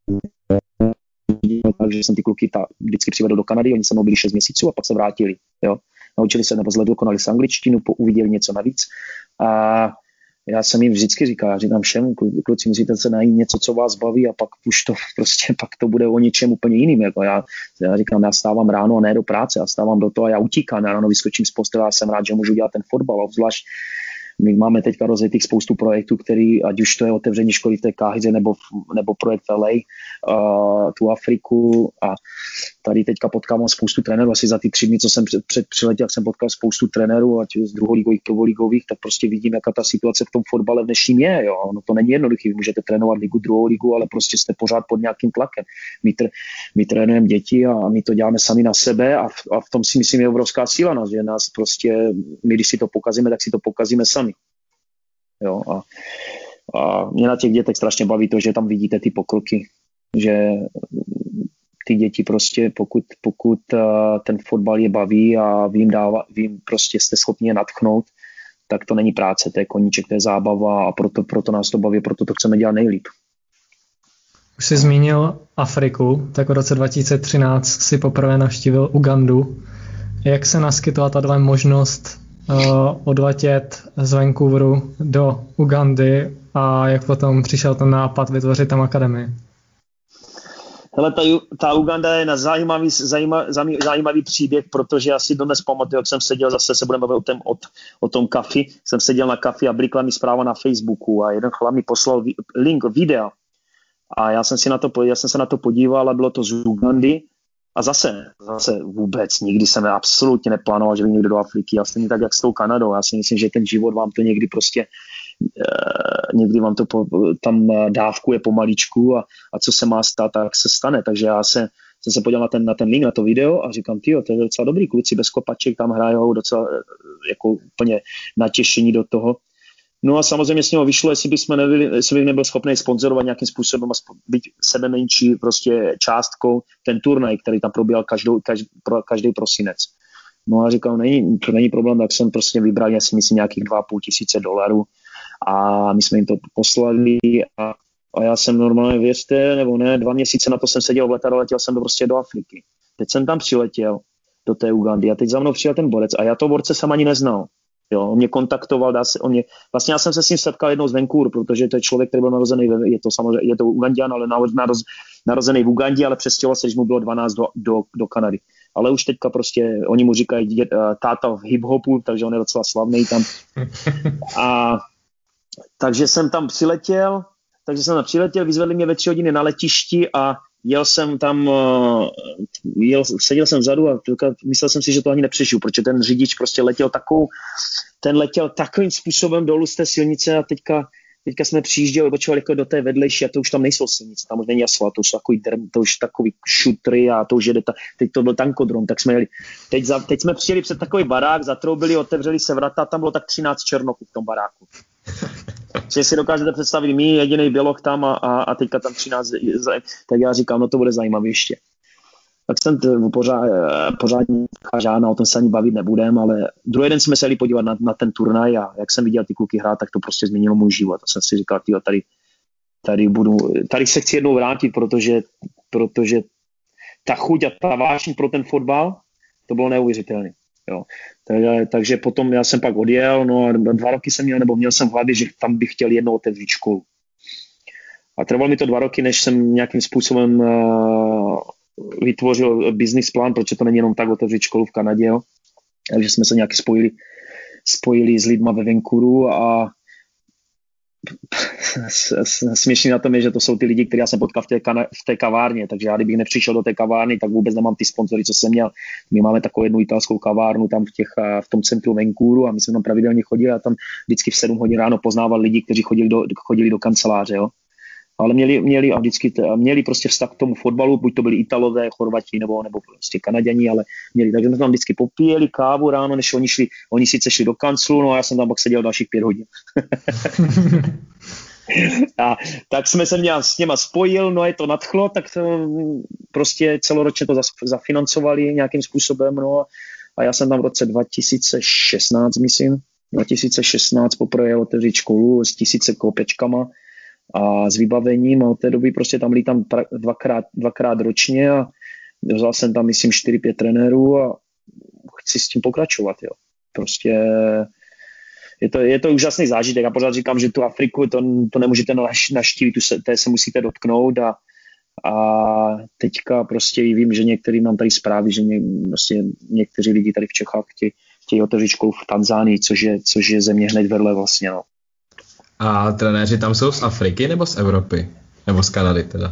takže jsem ty kluky ta, vždycky přivedl do Kanady, oni se mnou byli šest měsíců a pak se vrátili, jo. Naučili se nebo zle dokonali s angličtinu, uviděli něco navíc a já jsem jim vždycky říkal, já říkám všem, kluci, musíte se najít něco, co vás baví a pak už to prostě, pak to bude o něčem úplně jiným. Jako já, já říkám, já stávám ráno a ne do práce, já stávám do toho a já utíkám, já ráno vyskočím z postele a jsem rád, že můžu dělat ten fotbal, obzvlášť my máme teďka rozjetých spoustu projektů, který, ať už to je otevření školy v té Káhyře nebo, nebo projekt L A, uh, tu Afriku a tady teďka potkávám spoustu trenérů, asi za ty tři dny, co jsem před, před přiletěl, jsem potkal spoustu trenérů, ať z druholigových, prvoligových, tak prostě vidím, jaká ta situace v tom fotbale v dnešním je. Jo. No to není jednoduché, vy můžete trénovat ligu, druhou ligu, ale prostě jste pořád pod nějakým tlakem. My, tr- my trénujeme děti a my to děláme sami na sebe a v, a v tom si myslím je obrovská síla nás, že nás prostě, my když si to pokazíme, tak si to pokazíme sami. Jo, a, a mě na těch dětech strašně baví to, že tam vidíte ty pokroky, že ty děti prostě, pokud, pokud ten fotbal je baví a vy jim, dává, vy jim prostě jste schopni je nadchnout, tak to není práce, to je koníček, to je zábava a proto, proto nás to baví, proto to chceme dělat nejlíp. Už jsi zmínil Afriku, tak v roce dva tisíce třináct si poprvé navštívil Ugandu. Jak se naskytla tato možnost uh, odletět z Vancouveru do Ugandy a jak potom přišel ten nápad vytvořit tam akademii? Hele, ta, ta Uganda je na zajímavý, zajímavý, zajímavý příběh, protože já si dnes pamatuju, jak jsem seděl, zase se budeme bavit o tom, o, o tom kafi, jsem seděl na kafi a blikla mi zpráva na Facebooku a jeden chlap mi poslal link videa a já jsem, si na to, já jsem se na to podíval a bylo to z Ugandy a zase, zase vůbec nikdy jsem absolutně neplánoval, že by někdo do Afriky a stejně tak, jak s tou Kanadou. Já si myslím, že ten život vám to někdy prostě někdy vám to po, tam dávkuje pomaličku a, a co se má stát, tak se stane. Takže já se, jsem se podíval na ten, na ten link, na to video a říkám, tyjo, to je docela dobrý, kluci bez kopaček tam hrajou docela jako úplně natěšení do toho. No a samozřejmě s něho vyšlo, jestli, bychom nebyli, jestli bych nebyl schopný sponzorovat nějakým způsobem a být sebe menší prostě částkou ten turnaj, který tam probíhal každou, každý, každý prosinec. No a říkám, není, to není problém, tak jsem prostě vybral, já si myslím, nějakých dva a půl tisíce dolarů a my jsme jim to poslali a, a já jsem normálně, věřte, nebo ne, dva měsíce na to jsem seděl v letadle, letěl jsem do, prostě do Afriky. Teď jsem tam přiletěl, do té Ugandy. A teď za mnou přijel ten borec a já toho borce jsem ani neznal. Jo, on mě kontaktoval, dá se, on mě, vlastně já jsem se s ním setkal jednou z Vancouveru, protože to je člověk, který byl narozený, je to samozřejmě, je to Ugandian, ale naroz, narozený v Ugandě, ale přestěhoval se, když mu bylo dvanáct do, do, do Kanady. Ale už teďka prostě, oni mu říkají uh, táta v hip-hopu, takže on je docela slavný tam. A takže jsem tam přiletěl, takže jsem tam přiletěl, vyzvedli mě ve tři hodiny na letišti a jel jsem tam, uh, jel, seděl jsem vzadu a myslel jsem si, že to ani nepřežiju, protože ten řidič prostě letěl takovou, ten letěl takovým způsobem dolů z té silnice a teďka, teďka jsme přijížděli, obočovali jako do té vedlejší a to už tam nejsou silnice, tam už není asfalt, to už takový drm, to už takový šutry a to už jede, ta, teď to byl tankodrom, tak jsme jeli, teď, za, teď jsme přijeli před takový barák, zatroubili, otevřeli se vrata, tam bylo tak třináct černoků v tom baráku. Že si dokážete představit, my jediný běloch tam a, a, a teďka tam třináct, tak já říkám, no to bude zajímavé ještě. Tak jsem to pořád, pořádně žádná, o tom se ani bavit nebudem, ale druhý den jsme se jeli podívat na, na ten turnaj a jak jsem viděl ty kluky hrát, tak to prostě změnilo můj život. A jsem si říkal, tyjo, tady, tady, budu, tady se chci jednou vrátit, protože, protože ta chuť a ta vášeň pro ten fotbal, to bylo neuvěřitelné. Jo. Takže, takže potom já jsem pak odjel, no a dva roky jsem měl, nebo měl jsem v hlavě, že tam bych chtěl jednou otevřít školu. A trvalo mi to dva roky, než jsem nějakým způsobem uh, vytvořil business plán, protože to není jenom tak otevřít školu v Kanadě. Jo. Takže jsme se nějak spojili, spojili s lidma ve Vancouveru a směšný na tom je, že to jsou ty lidi, které já jsem potkal v té, kana- v té kavárně, takže já kdybych nepřišel do té kavárny, tak vůbec nemám ty sponzory, co jsem měl. My máme takovou jednu italskou kavárnu tam v, těch, v tom centru Vancouveru a my jsme tam pravidelně chodili a tam vždycky v sedm hodin ráno poznával lidi, kteří chodili do, chodili do kanceláře. Jo. Ale měli, měli, a vždycky t- měli prostě vztah k tomu fotbalu, buď to byli Italové, Chorvati nebo, nebo prostě Kanaďani, ale měli. Takže jsme tam vždycky popíjeli kávu ráno, než oni šli, oni sice šli do kanclu, no a já jsem tam pak seděl dalších pět hodin. A tak jsme se mě s něma spojil, no a je to nadchlo, tak to prostě celoročně to zafinancovali nějakým způsobem, no a já jsem tam v roce dva tisíce šestnáct, myslím, dva tisíce šestnáct poprvé otevřít školu s tisíce kopečkama a s vybavením a od té doby prostě tam lítám dvakrát, dvakrát ročně a vzal jsem tam, myslím, čtyři pět trenérů a chci s tím pokračovat, jo. Prostě je to, je to úžasný zážitek. Já pořád říkám, že tu Afriku to, to nemůžete naštívit, tu se, té se musíte dotknout a, a teďka prostě vím, že některý mám tady zprávy, že ně, prostě někteří lidi tady v Čechách chtějí, chtějí otevřít školu v Tanzánii, což je, což je země hned vedle vlastně, no. A trenéři tam jsou z Afriky nebo z Evropy? Nebo z Kanady teda?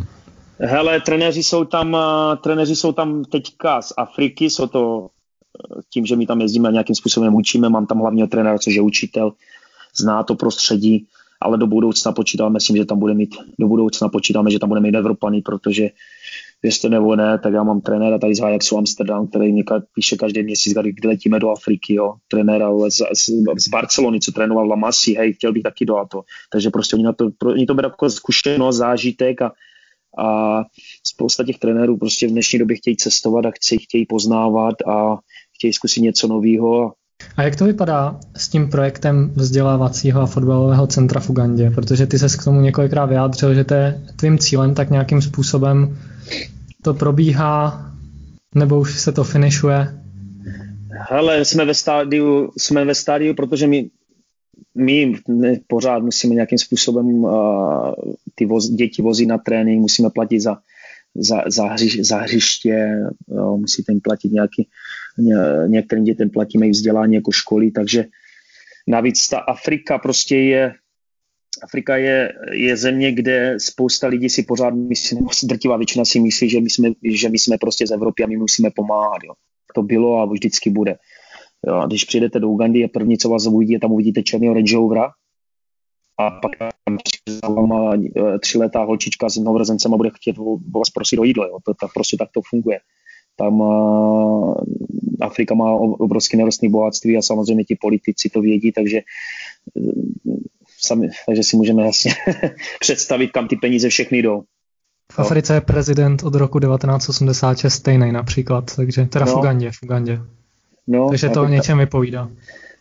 Hele, trenéři jsou tam, trenéři jsou tam teďka z Afriky, jsou to tím, že my tam jezdíme a nějakým způsobem učíme, mám tam hlavního trenéra, což je učitel, zná to prostředí, ale do budoucna počítáme, myslím, že tam bude mít, do budoucna počítáme, že tam bude mít Evropany, protože věřte nebo ne, tak já mám trenéra tady z Ajaxu Amsterdam, který mě píše každý měsíc, kdy letíme do Afriky, jo, trenéra z, z, z Barcelony, co trénoval v La Masi, hej, chtěl bych taky do a to, takže prostě oni, na to, oni to berou jako zkušenost, zážitek a, a spousta těch trenérů prostě v dnešní době chtějí cestovat a chtějí, chtějí poznávat a chtějí zkusit něco nového. A jak to vypadá s tím projektem vzdělávacího a fotbalového centra v Ugandě? Protože ty ses k tomu několikrát vyjádřil, že to je tvým cílem, tak nějakým způsobem to probíhá, nebo už se to finišuje? Hele, jsme ve stádiu, jsme ve stádiu, protože my, my pořád musíme nějakým způsobem uh, ty voz, děti vozit na trénink, musíme platit za, za, za, hřiš, za hřiště, jo, musíte jim platit nějaký, ně, některým dětem platíme i vzdělání jako školy, takže navíc ta Afrika prostě je, Afrika je, je země, kde spousta lidí si pořád myslí, nebo drtivá většina si myslí, že my jsme, že my jsme prostě z Evropy a my musíme pomáhat. Jo. To bylo a vždycky bude. Jo. A když přijdete do Ugandy a první, co vás uvidí, tam uvidíte černého Range Rovera a pak tam třiletá holčička s novorozencema bude chtět vás prosit o jídlo. Jo. To, tak prostě tak to funguje. Tam uh, Afrika má obrovské nerostné bohatství a samozřejmě ti politici to vědí, takže Sami, takže si můžeme jasně představit, kam ty peníze všechny jdou. V Africe je prezident od roku devatenáct osmdesát šest stejný například, takže teda no. v Ugandě. V Ugandě. No, takže to o něčem vypovídá.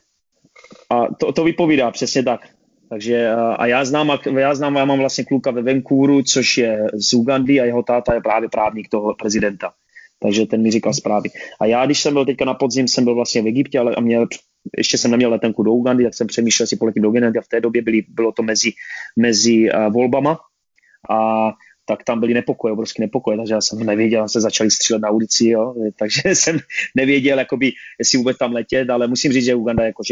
A to, to vypovídá, přesně tak. Takže a já znám, já znám, já mám vlastně kluka ve Vancouveru, což je z Ugandy a jeho táta je právě právník toho prezidenta. Takže ten mi říkal zprávy. A já, když jsem byl teďka na podzim, jsem byl vlastně v Egyptě, ale a měl, ještě jsem neměl letenku do Ugandy, tak jsem přemýšlel, si poletím do Ugandy a v té době byly, bylo to mezi, mezi uh, volbama a tak tam byly nepokoje, obrovské nepokoje, takže já jsem nevěděl, se začali střílet na ulici, jo, takže jsem nevěděl, jakoby, jestli vůbec tam letět, ale musím říct, že Uganda jakože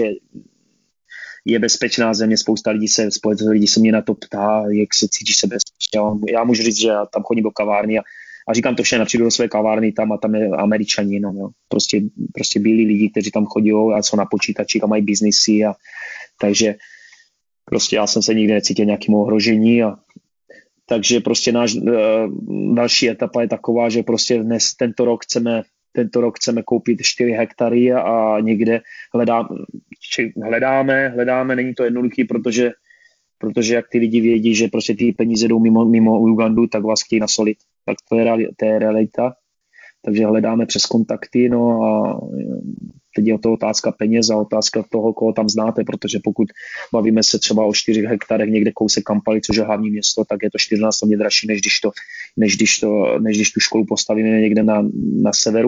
je bezpečná země, spousta lidí se, spousta lidí se mě na to ptá, jak se cítíš se bezpečně. Já můžu říct, že já tam chodím do kavárny a, a říkám to všechno, přijdu do své kavárny tam a tam je Američani, no, jo. Prostě, prostě bílí lidi, kteří tam chodí a jsou na počítači a mají biznisy a takže prostě já jsem se nikdy necítil nějakým ohrožení a takže prostě náš uh, další etapa je taková, že prostě dnes tento rok chceme Tento rok chceme koupit čtyři hektary a někde hledá, hledáme, hledáme, není to jednoduchý, protože, protože jak ty lidi vědí, že prostě ty peníze jdou mimo, mimo Ugandu, tak vás chtějí nasolit. Tak to je, to je realita. Takže hledáme přes kontakty, no a teď je to otázka peněz a otázka toho, koho tam znáte, protože pokud bavíme se třeba o čtyřech hektarech někde kousek Kampaly, což je hlavní město, tak je to čtyřnásobně dražší, než když, to, než když, to, než když tu školu postavíme někde na, na severu.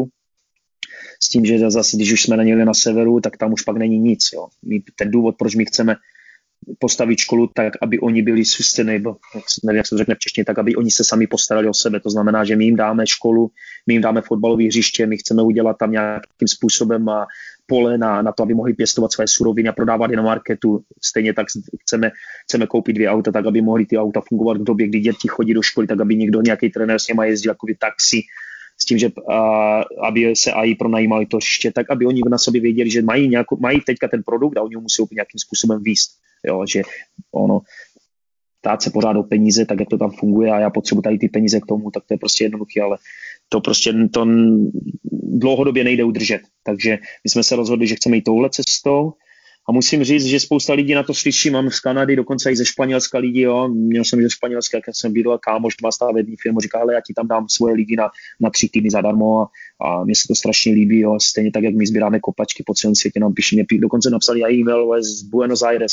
S tím, že zase, když už jsme na někde na severu, tak tam už pak není nic. Jo. My, ten důvod, proč my chceme postavit školu tak, aby oni byli sustainable, nevím, jak se to řekne v češtině, tak, aby oni se sami postarali o sebe. To znamená, že my jim dáme školu, my jim dáme fotbalové hřiště, my chceme udělat tam nějakým způsobem a pole na, na to, aby mohli pěstovat své suroviny a prodávat je na marketu. Stejně tak chceme, chceme koupit dvě auta, tak aby mohly ty auta fungovat v době, kdy děti chodí do školy, tak aby někdo, nějaký trenér s nimi jezdil jako taxi, s tím, že a, aby se A I pronajímali to hřiště, tak aby oni na sobě věděli, že mají, nějakou, mají teďka ten produkt a oni ho musí nějakým způsobem výst. Jo, že ono, ptát se pořád o peníze, tak jak to tam funguje a já potřebuji tady ty peníze k tomu, tak to je prostě jednoduché, ale to prostě to dlouhodobě nejde udržet. Takže my jsme se rozhodli, že chceme jít touhle cestou a musím říct, že spousta lidí na to slyší, mám z Kanady, dokonce i ze Španělska lidi, jo, měl jsem ze Španělska, jak jsem bydlel, kámoš má stavební firmu, říká, ale já ti tam dám svoje lidi na, na tři týdny zadarmo a, a mně se to strašně líbí, jo, stejně tak, jak my sbíráme kopačky po celém světě, nám píši, mě dokonce napsali já e-mail z Buenos Aires.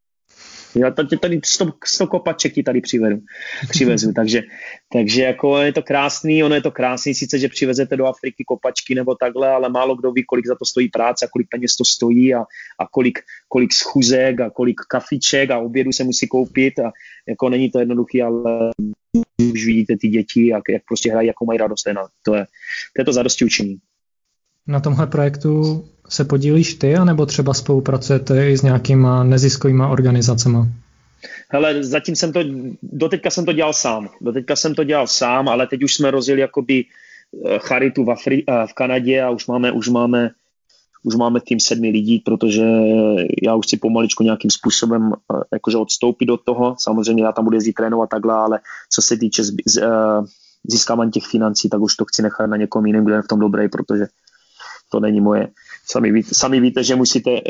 Já tady, tady sto, sto kopaček ti tady přivedu, přivezu, takže, takže jako je to krásný, ono je to krásný, sice, že přivezete do Afriky kopačky nebo takhle, ale málo kdo ví, kolik za to stojí práce a kolik peněz to stojí a, a kolik, kolik schůzek a kolik kafiček a obědu se musí koupit a jako není to jednoduchý, ale už vidíte ty děti, jak, jak prostě hrají, jakou mají radost, to je to, je to zadosti učení. Na tomhle projektu se podílíš ty, anebo třeba spolupracujete i s nějakýma neziskovýma organizacemi? Hele, zatím jsem to, doteďka jsem to dělal sám. Doteďka jsem to dělal sám, ale teď už jsme rozjeli jakoby charitu v, Afri- v Kanadě a už máme, už máme, už máme tým sedmi lidí, protože já už chci pomaličku nějakým způsobem jakože odstoupit do toho. Samozřejmě já tam budu jezdit trénovat takhle, ale co se týče z, z, získávání těch financí, tak už to chci nechat na někom jiném, kdo je v tom dobrý, protože to není moje. Sami víte, sami víte že musíte, uh,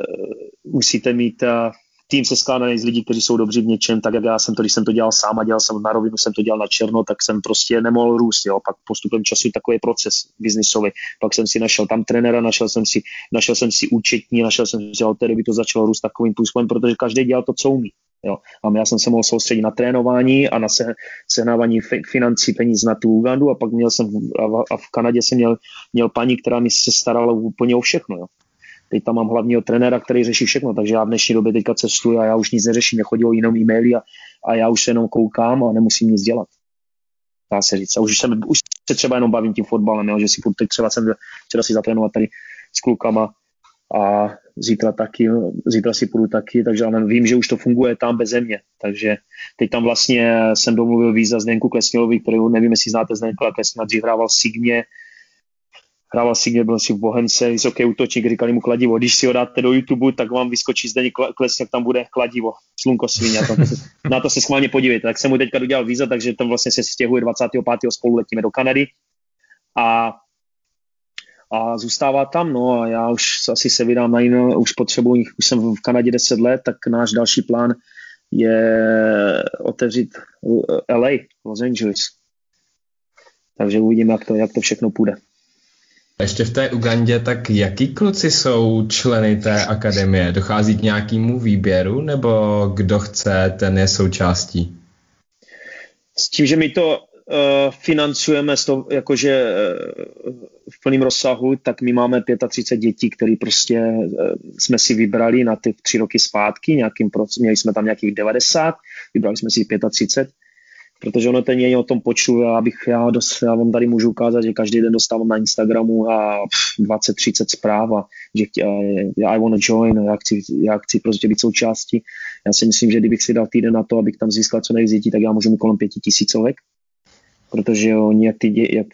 musíte mít uh, tým se skládaný z lidí, kteří jsou dobří v něčem, tak jak já jsem to, když jsem to dělal sám a dělal jsem na rovinu, jsem to dělal na černo, tak jsem prostě nemohl růst. Jo. Pak postupem času takový proces biznisový. Pak jsem si našel tam trenéra, našel jsem si, našel jsem si účetní, našel jsem si, od té doby to začalo růst takovým způsobem, protože každý dělal to, co umí. Jo. A já jsem se mohl soustředit na trénování a na se, sehnávání financí, peníz na tu Ugandu a pak měl jsem a v Kanadě jsem měl, měl paní, která mi se starala úplně o všechno. Jo. Teď tam mám hlavního trenéra, který řeší všechno, takže já v dnešní době teďka cestuji a já už nic neřeším, nechodí o jinou e-maily a, a já už se jenom koukám a nemusím nic dělat. Dá se říct. A už, jsem, už se třeba jenom bavím tím fotbalem, jo, že si teď třeba jsem včera si zatrénovat tady s klukama a zítra taky, zítra si půjdu taky, takže ale vím, že už to funguje tam beze mě, takže teď tam vlastně jsem domluvil víza Zdenku Klesnilovi, který nevím, jestli znáte Zdenka Klesnila, dřív hrával v Signě, hrával Signě, byl si v Bohemce, vysoký útočník, říkali mu kladivo, když si ho dáte do YouTube, tak vám vyskočí Zdeněk Klesňák, tam bude kladivo, slunko svině, na to se schválně podívejte, tak jsem mu teďka dodělal víza, takže tam vlastně se stěhuje dvacátého pátého spolu letíme do Kanady a a zůstává tam, no a já už asi se vydám na jinou, už potřebuji, už jsem v Kanadě deset let, tak náš další plán je otevřít L A, Los Angeles. Takže uvidíme, jak to, jak to všechno půjde. Ještě v té Ugandě, tak jaký kluci jsou členy té akademie? Dochází k nějakému výběru, nebo kdo chce, ten je součástí? S tím, že my to financujeme to, jakože v plném rozsahu, tak my máme třicet pět dětí, které prostě jsme si vybrali na ty tři roky zpátky, nějakým, měli jsme tam nějakých devadesát, vybrali jsme si třicet pět, protože ono to není o tom počtu, já, bych, já, dost, já vám tady můžu ukázat, že každý den dostávám na Instagramu a dvacet třicet zpráv a že I wanna join, já chci, já chci prostě být součástí. Já si myslím, že kdybych si dal týden na to, abych tam získal co nejvíc dětí, tak já můžu mít kolem pěti tisícovek, protože oni jak ty dě, jak,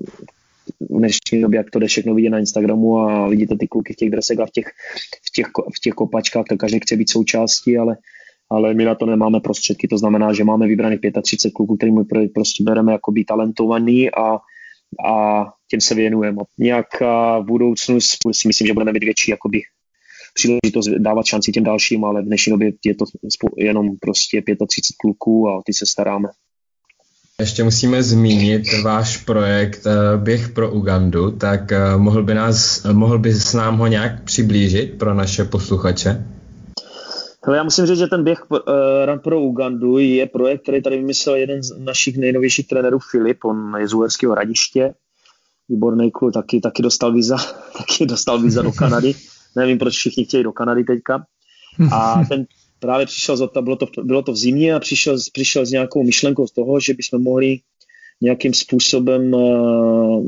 v dnešní době, jak to jde všechno vidět na Instagramu a vidíte ty kluky v těch dresech a v těch, v těch, v těch kopačkách, tak každý chce být součástí, ale ale my na to nemáme prostředky, to znamená, že máme vybraných třicet pět kluků, kterým my prostě bereme jako být talentovaný a, a těm se věnujeme. Nějak v budoucnu si myslím, že budeme mít větší jakoby příležitost dávat šanci těm dalším, ale v dnešní době je to jenom prostě třicet pět kluků a ty se staráme. Ještě musíme zmínit váš projekt Běh pro Ugandu, tak mohl by nás, mohl by s nám ho nějak přiblížit pro naše posluchače? Hele, já musím říct, že ten běh uh, Run pro Ugandu je projekt, který tady vymyslel jeden z našich nejnovějších trenérů Filip, on je z Uherského Hradiště, výborný kluk, taky, taky dostal víza, taky dostal víza do Kanady, nevím, proč všichni chtějí do Kanady teďka. A ten právě přišel, z, bylo, to, bylo to v zimě a přišel, přišel s nějakou myšlenkou z toho, že bychom mohli nějakým způsobem uh,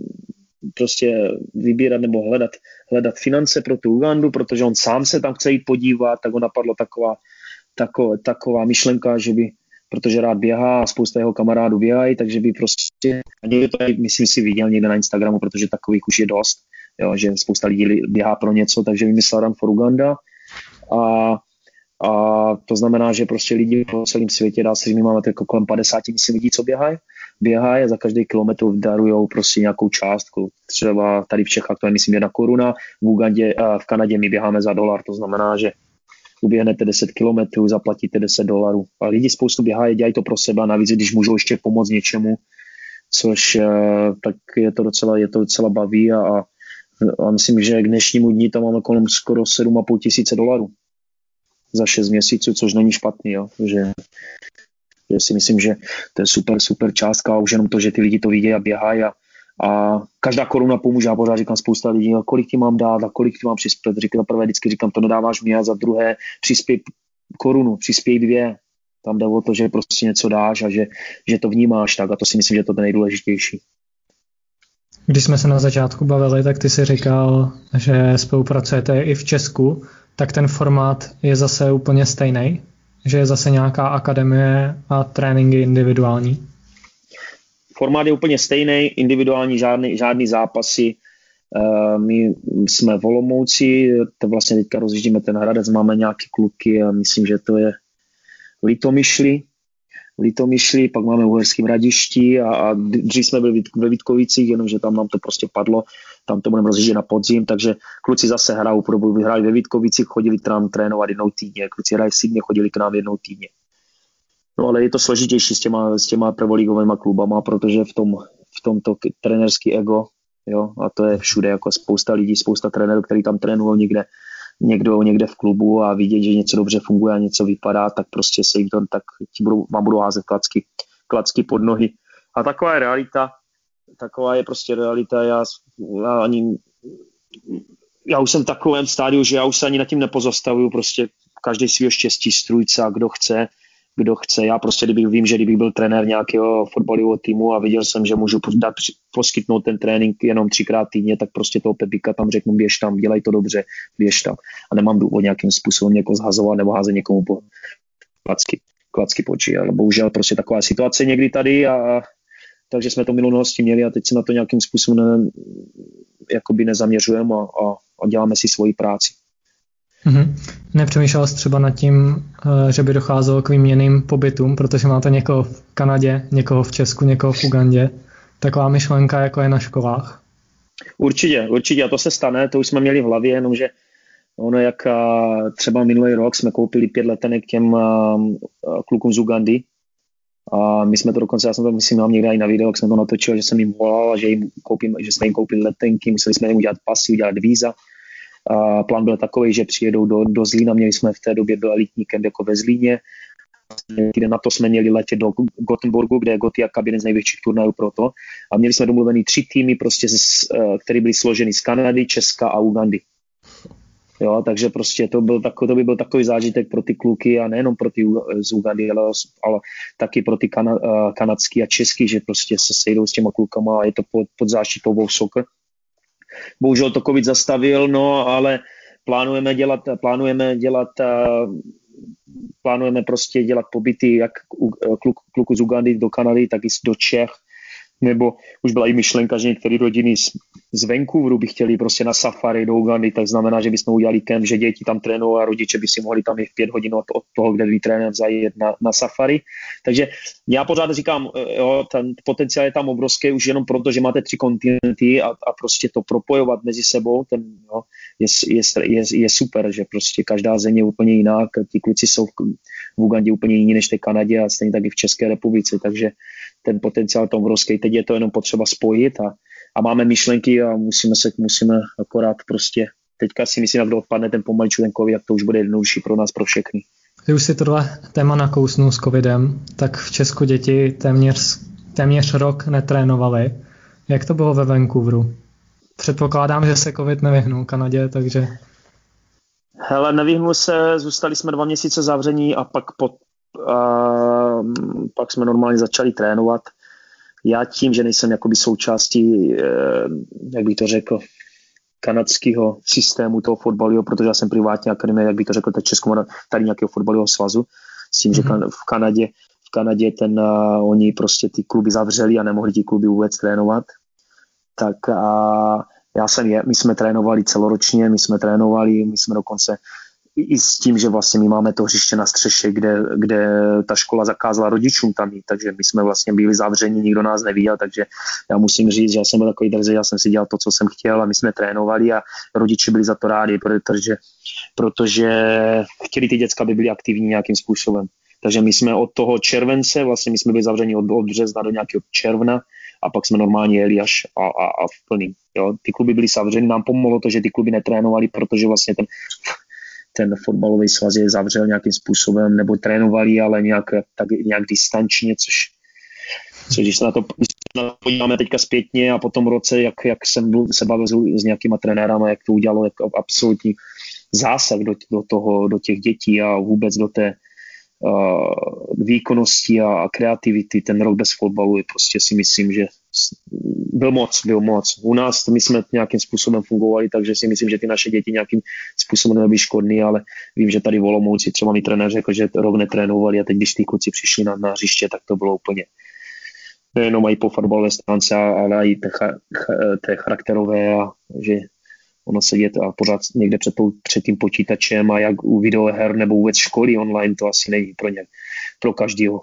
prostě vybírat nebo hledat, hledat finance pro tu Ugandu, protože on sám se tam chce jít podívat, tak ho napadlo taková, taková, taková myšlenka, že by, protože rád běhá a spousta jeho kamarádů běhají, takže by prostě, a někdo to myslím si viděl někde na Instagramu, protože takových už je dost, jo, že spousta lidí běhá pro něco, takže vymyslel Run for Uganda a, a to znamená, že prostě lidi po celém světě, dá se, že my máme jako kolem padesát myslím lidí, co běhají, běhají a za každý kilometr darujou prostě nějakou částku. Třeba tady v Čechách to je myslím jedna koruna, v Ugandě, v Kanadě my běháme za dolar, to znamená, že uběhnete deset kilometrů, zaplatíte deset dolarů. A lidi spoustu běhají, dělají to pro sebe a navíc, když můžou ještě pomoct něčemu, což tak je to docela, je to docela baví a, a myslím, že k dnešnímu dní tam máme kolem skoro sedm a půl tisíce dolarů za šest měsíců, což není špatný, jo, že Já si myslím, že to je super, super částka a už jenom to, že ty lidi to vidějí a běhají a, a každá koruna pomůže. Já pořád říkám spousta lidí, kolik ti mám dát a kolik ti mám přispět. Říkám, za prvé vždycky říkám, to nedáváš mě a za druhé přispěj korunu, přispěj dvě. Tam jde o to, že prostě něco dáš a že, že to vnímáš tak a to si myslím, že to je to nejdůležitější. Když jsme se na začátku bavili, tak ty si říkal, že spolupracujete i v Česku, tak ten formát je zase úplně stejný? Že je zase nějaká akademie a tréninky individuální? Formát je úplně stejný, individuální, žádný, žádný zápasy. My jsme v Olomouci, to vlastně teďka rozjíždíme ten Hradec, máme nějaké kluky a myslím, že to je Litomyšli, Litomyšli, pak máme Uherský Hradišti a, a dřív jsme byli ve Vítkovicích, jenomže tam nám to prostě padlo, tam to budeme rozjíždět na podzim, takže kluci zase hrajou, vyhráli ve Vítkovicích, chodili k nám trénovat jednou týdně, kluci hrají v Sydney, chodili k nám jednou týdně. No ale je to složitější s těma, s těma prvoligovými klubama, protože v tom v tomto trenérský ego, jo, a to je všude, jako spousta lidí, spousta trenérů, kteří tam trénují někde, někdo někde v klubu a vidět, že něco dobře funguje a něco vypadá, tak prostě se jim to, tak ti budou, vám budou házet klacky, klacky pod nohy. A taková je realita, taková je prostě realita, já, já ani, já už jsem v takovém stádiu, že já už se ani nad tím nepozastavuju, prostě každý svýho štěstí strůjce a kdo chce, kdo chce. Já prostě, kdybych vím, že kdybych byl trenér nějakého fotbalového týmu a viděl jsem, že můžu dát, poskytnout ten trénink jenom třikrát týdně, tak prostě toho Pepíka tam řeknu, běž tam, dělej to dobře, běž tam. A nemám důvod nějakým způsobem někoho zhazovat nebo házet někomu po klacky, klacky poči. Ale bohužel prostě taková situace někdy tady a takže jsme to v minulosti měli a teď se na to nějakým způsobem ne, jakoby nezaměřujeme a, a, a děláme si svoji práci. Mm-hmm. Nepřemýšlel jsi třeba nad tím, že by docházelo k výměnným pobytům, protože máte někoho v Kanadě, někoho v Česku, někoho v Ugandě. Taková myšlenka, jako je na školách? Určitě, určitě a to se stane, to už jsme měli v hlavě, jenomže ono jak třeba minulý rok jsme koupili pět letenek těm klukům z Ugandy a my jsme to dokonce, já jsem to myslím mám někde i na video, jak jsem to natočil, že jsem jim volal a že, jim koupím, že jsme jim koupili letenky, museli jsme jim udělat pasy, udělat víza. A plán byl takový, že přijedou do, do Zlína, měli jsme v té době byl elitní kemp jako ve Zlíně týden na to jsme měli letět do Gothenburgu, kde je Gotiak jeden z největších turnajů pro to. A měli jsme domluvený tři týmy, prostě, které byly složeny z Kanady, Česka a Ugandy. Jo, takže prostě to, byl takový, to by byl takový zážitek pro ty kluky a nejenom pro ty z Ugandy, ale, ale taky pro ty kana, kanadský a český, že prostě se sejdou s těma klukama a je to pod, pod záštitou Wow Soccer. Bohužel to covid zastavil, no ale plánujeme dělat, plánujeme dělat plánujeme prostě dělat pobyty jak kluk, kluku z Ugandy do Kanady, tak i do Čech, nebo už byla i myšlenka, že některé rodiny z, z Vancouveru by chtěli prostě na safari do Ugandy, tak znamená, že bychom udělali kemp, že děti tam trénují a rodiče by si mohli tam i v pět hodin od, od toho, kde by trénujeme, zajet na, na safari. Takže já pořád říkám, jo, ten potenciál je tam obrovský už jenom proto, že máte tři kontinenty a, a prostě to propojovat mezi sebou, ten, jo, je, je, je, je super, že prostě každá země je úplně jiná, ti kluci jsou v, v Ugandě úplně jiní než v Kanadě a stejně tak i v České republice, takže ten potenciál tam obrovský. Teď je to jenom potřeba spojit a, a máme myšlenky a musíme se musíme akorát prostě, teďka si myslím, jak to odpadne ten pomaličku ten covid, jak to už bude jednodušší pro nás, pro všechny. Když už si tohle téma nakousnul s covidem, tak v Česku děti téměř, téměř rok netrénovaly. Jak to bylo ve Vancouveru? Předpokládám, že se covid nevyhnul Kanadě, takže... Hele, nevyhnul se, zůstali jsme dva měsíce zavření a pak po A pak jsme normálně začali trénovat. Já tím, že nejsem jakoby součástí, jak bych to řekl, kanadského systému toho fotbalového, protože já jsem privátní akademie, jak bych to řekl, tak Českou tady nějakého fotbalového svazu, s tím, mm-hmm. že v Kanadě, v Kanadě ten, uh, oni prostě ty kluby zavřeli a nemohli ty kluby vůbec trénovat. Tak a já jsem je, my jsme trénovali celoročně, my jsme trénovali, my jsme dokonce i s tím, že vlastně my máme to hřiště na střeše, kde, kde ta škola zakázala rodičům tam jít, takže my jsme vlastně byli zavření, nikdo nás neviděl, takže já musím říct, že já jsem byl takový drzý, já jsem si dělal to, co jsem chtěl a my jsme trénovali a rodiče byli za to rádi, protože, protože chtěli ty děcka, aby byli aktivní nějakým způsobem. Takže my jsme od toho července, vlastně my jsme byli zavření od, od března do nějakého června a pak jsme normálně jeli až a, a, a v plný. Jo. Ty kluby byly zavřeny, nám pomohlo to, že ty kluby netrénovali, protože vlastně ten ten fotbalový svaz je zavřel nějakým způsobem, nebo trénovali, ale nějak, tak, nějak distančně, což, což když se na to, když se na to podíváme teďka zpětně a po tom roce, jak, jak jsem byl, se bavil s, s nějakýma trenérama, jak to udělalo jako absolutní zásah do, do, toho, do těch dětí a vůbec do té uh, výkonnosti a, a kreativity, ten rok bez fotbalu je prostě si myslím, že byl moc, byl moc. U nás my jsme nějakým způsobem fungovali, takže si myslím, že ty naše děti nějakým způsobem nebyly škodný, ale vím, že tady v Olomouci třeba mi trenér řekl, že rok netrénovali a teď, když ty kluci přišli na, na hřiště, tak to bylo úplně nejenom i po fotbalové stránce, ale i té, té charakterové a že ono sedět a pořád někde před, před tím počítačem a jak u videoher nebo vůbec školy online, to asi není pro ně, pro každého.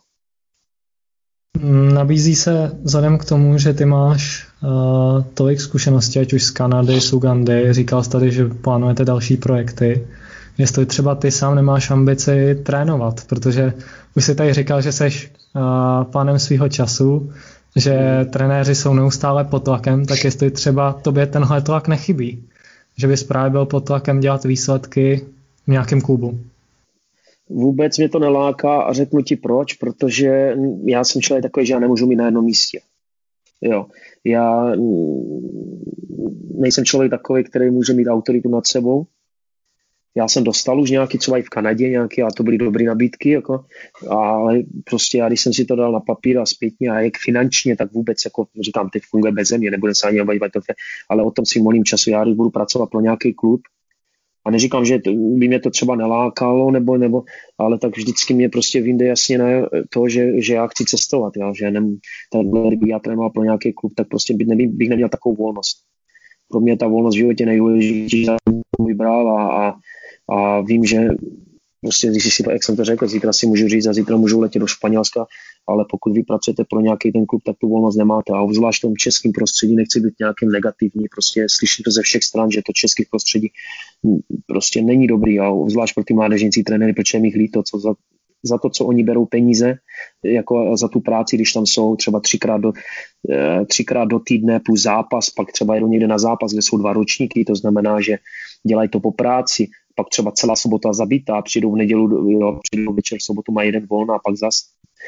Nabízí se vzhledem k tomu, že ty máš uh, tolik zkušeností, ať už z Kanady, z Ugandy, říkal jsi tady, že plánujete další projekty, jestli třeba ty sám nemáš ambici trénovat, protože už jsi tady říkal, že jsi uh, pánem svýho času, že trenéři jsou neustále pod tlakem, tak jestli třeba tobě tenhle tlak nechybí, že bys právě byl pod tlakem dělat výsledky v nějakém klubu. Vůbec mě to neláká a řeknu ti proč, protože já jsem člověk takový, že já nemůžu mít na jednom místě. Jo. Já nejsem člověk takový, který může mít autoritu nad sebou. Já jsem dostal už nějaký, třeba i v Kanadě nějaký, a to byly dobré nabídky, jako, ale prostě já, když jsem si to dal na papír a zpětně a jak finančně, tak vůbec, jako říkám, teď funguje bez země, nebudem se ani obavit, ale o tom si volím času, já když budu pracovat pro nějaký klub, a neříkám, že by mě to třeba nelákalo, nebo, nebo, ale tak vždycky mě prostě vyjde jasně na to, že, že já chci cestovat. Já, že nem, takhle, kdyby já trénoval pro nějaký klub, tak prostě by nevím, bych neměl takovou volnost. Pro mě ta volnost v životě nejdůležitější, že jsem vybral a, a, a vím, že prostě, když si, jak jsem to řekl, zítra si můžu říct a zítra můžu letět do Španělska, ale pokud vy pracujete pro nějaký ten klub, tak tu volnost nemáte. A obzvlášť v tom českém prostředí, nechci být nějakým negativní, prostě slyším to ze všech stran, že to české prostředí prostě není dobrý a obzvlášť pro ty mládežníci trenéry, protože mi líto, co za, za to, co oni berou peníze, jako za tu práci, když tam jsou třeba třikrát do, třikrát do týdne plus zápas, pak třeba jedou někde na zápas, kde jsou dva ročníky, to znamená, že dělají to po práci, pak třeba celá sobota zabitá, přijdou v nedělu, jo, přijdou večer v sobotu, mají jeden volno a pak zas.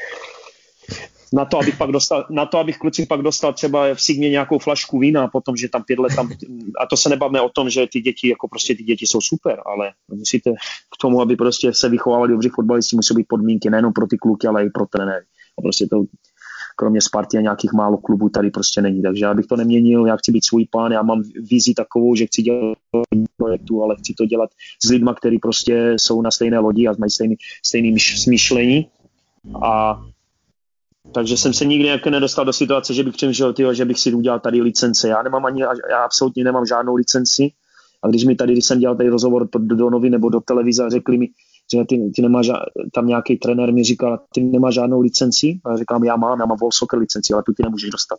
Na to, abych pak dostal, na to, abych kluci pak dostal třeba v Sigmě nějakou flašku vína a potom, že tam pět let tam, a to se nebavíme o tom, že ty děti, jako prostě ty děti jsou super, ale musíte k tomu, aby prostě se vychovávali dobří fotbalisti, musí být podmínky nejenom pro ty kluky, ale i pro trenéry. A prostě to, kromě Sparty a nějakých málo klubů tady prostě není. Takže já bych to neměnil, já chci být svůj pán, já mám vizi takovou, že chci dělat projektu, ale chci to dělat s lidma, kteří prostě jsou na stejné lodi a mají stejný, stejný smýšlení. A takže jsem se nikdy jako nedostal do situace, že bych přemýšlel, tyjo, že bych si udělal tady licence. Já nemám ani, já absolutně nemám žádnou licenci. A když mi tady, když jsem dělal tady rozhovor do, do novin nebo do televize a řekli mi, že ty, ty nemáš, tam nějaký trenér mi říkal, ty nemáš žádnou licenci. A já říkám, já mám, já mám World Soccer licenci, ale tu ty nemůžeš dostat.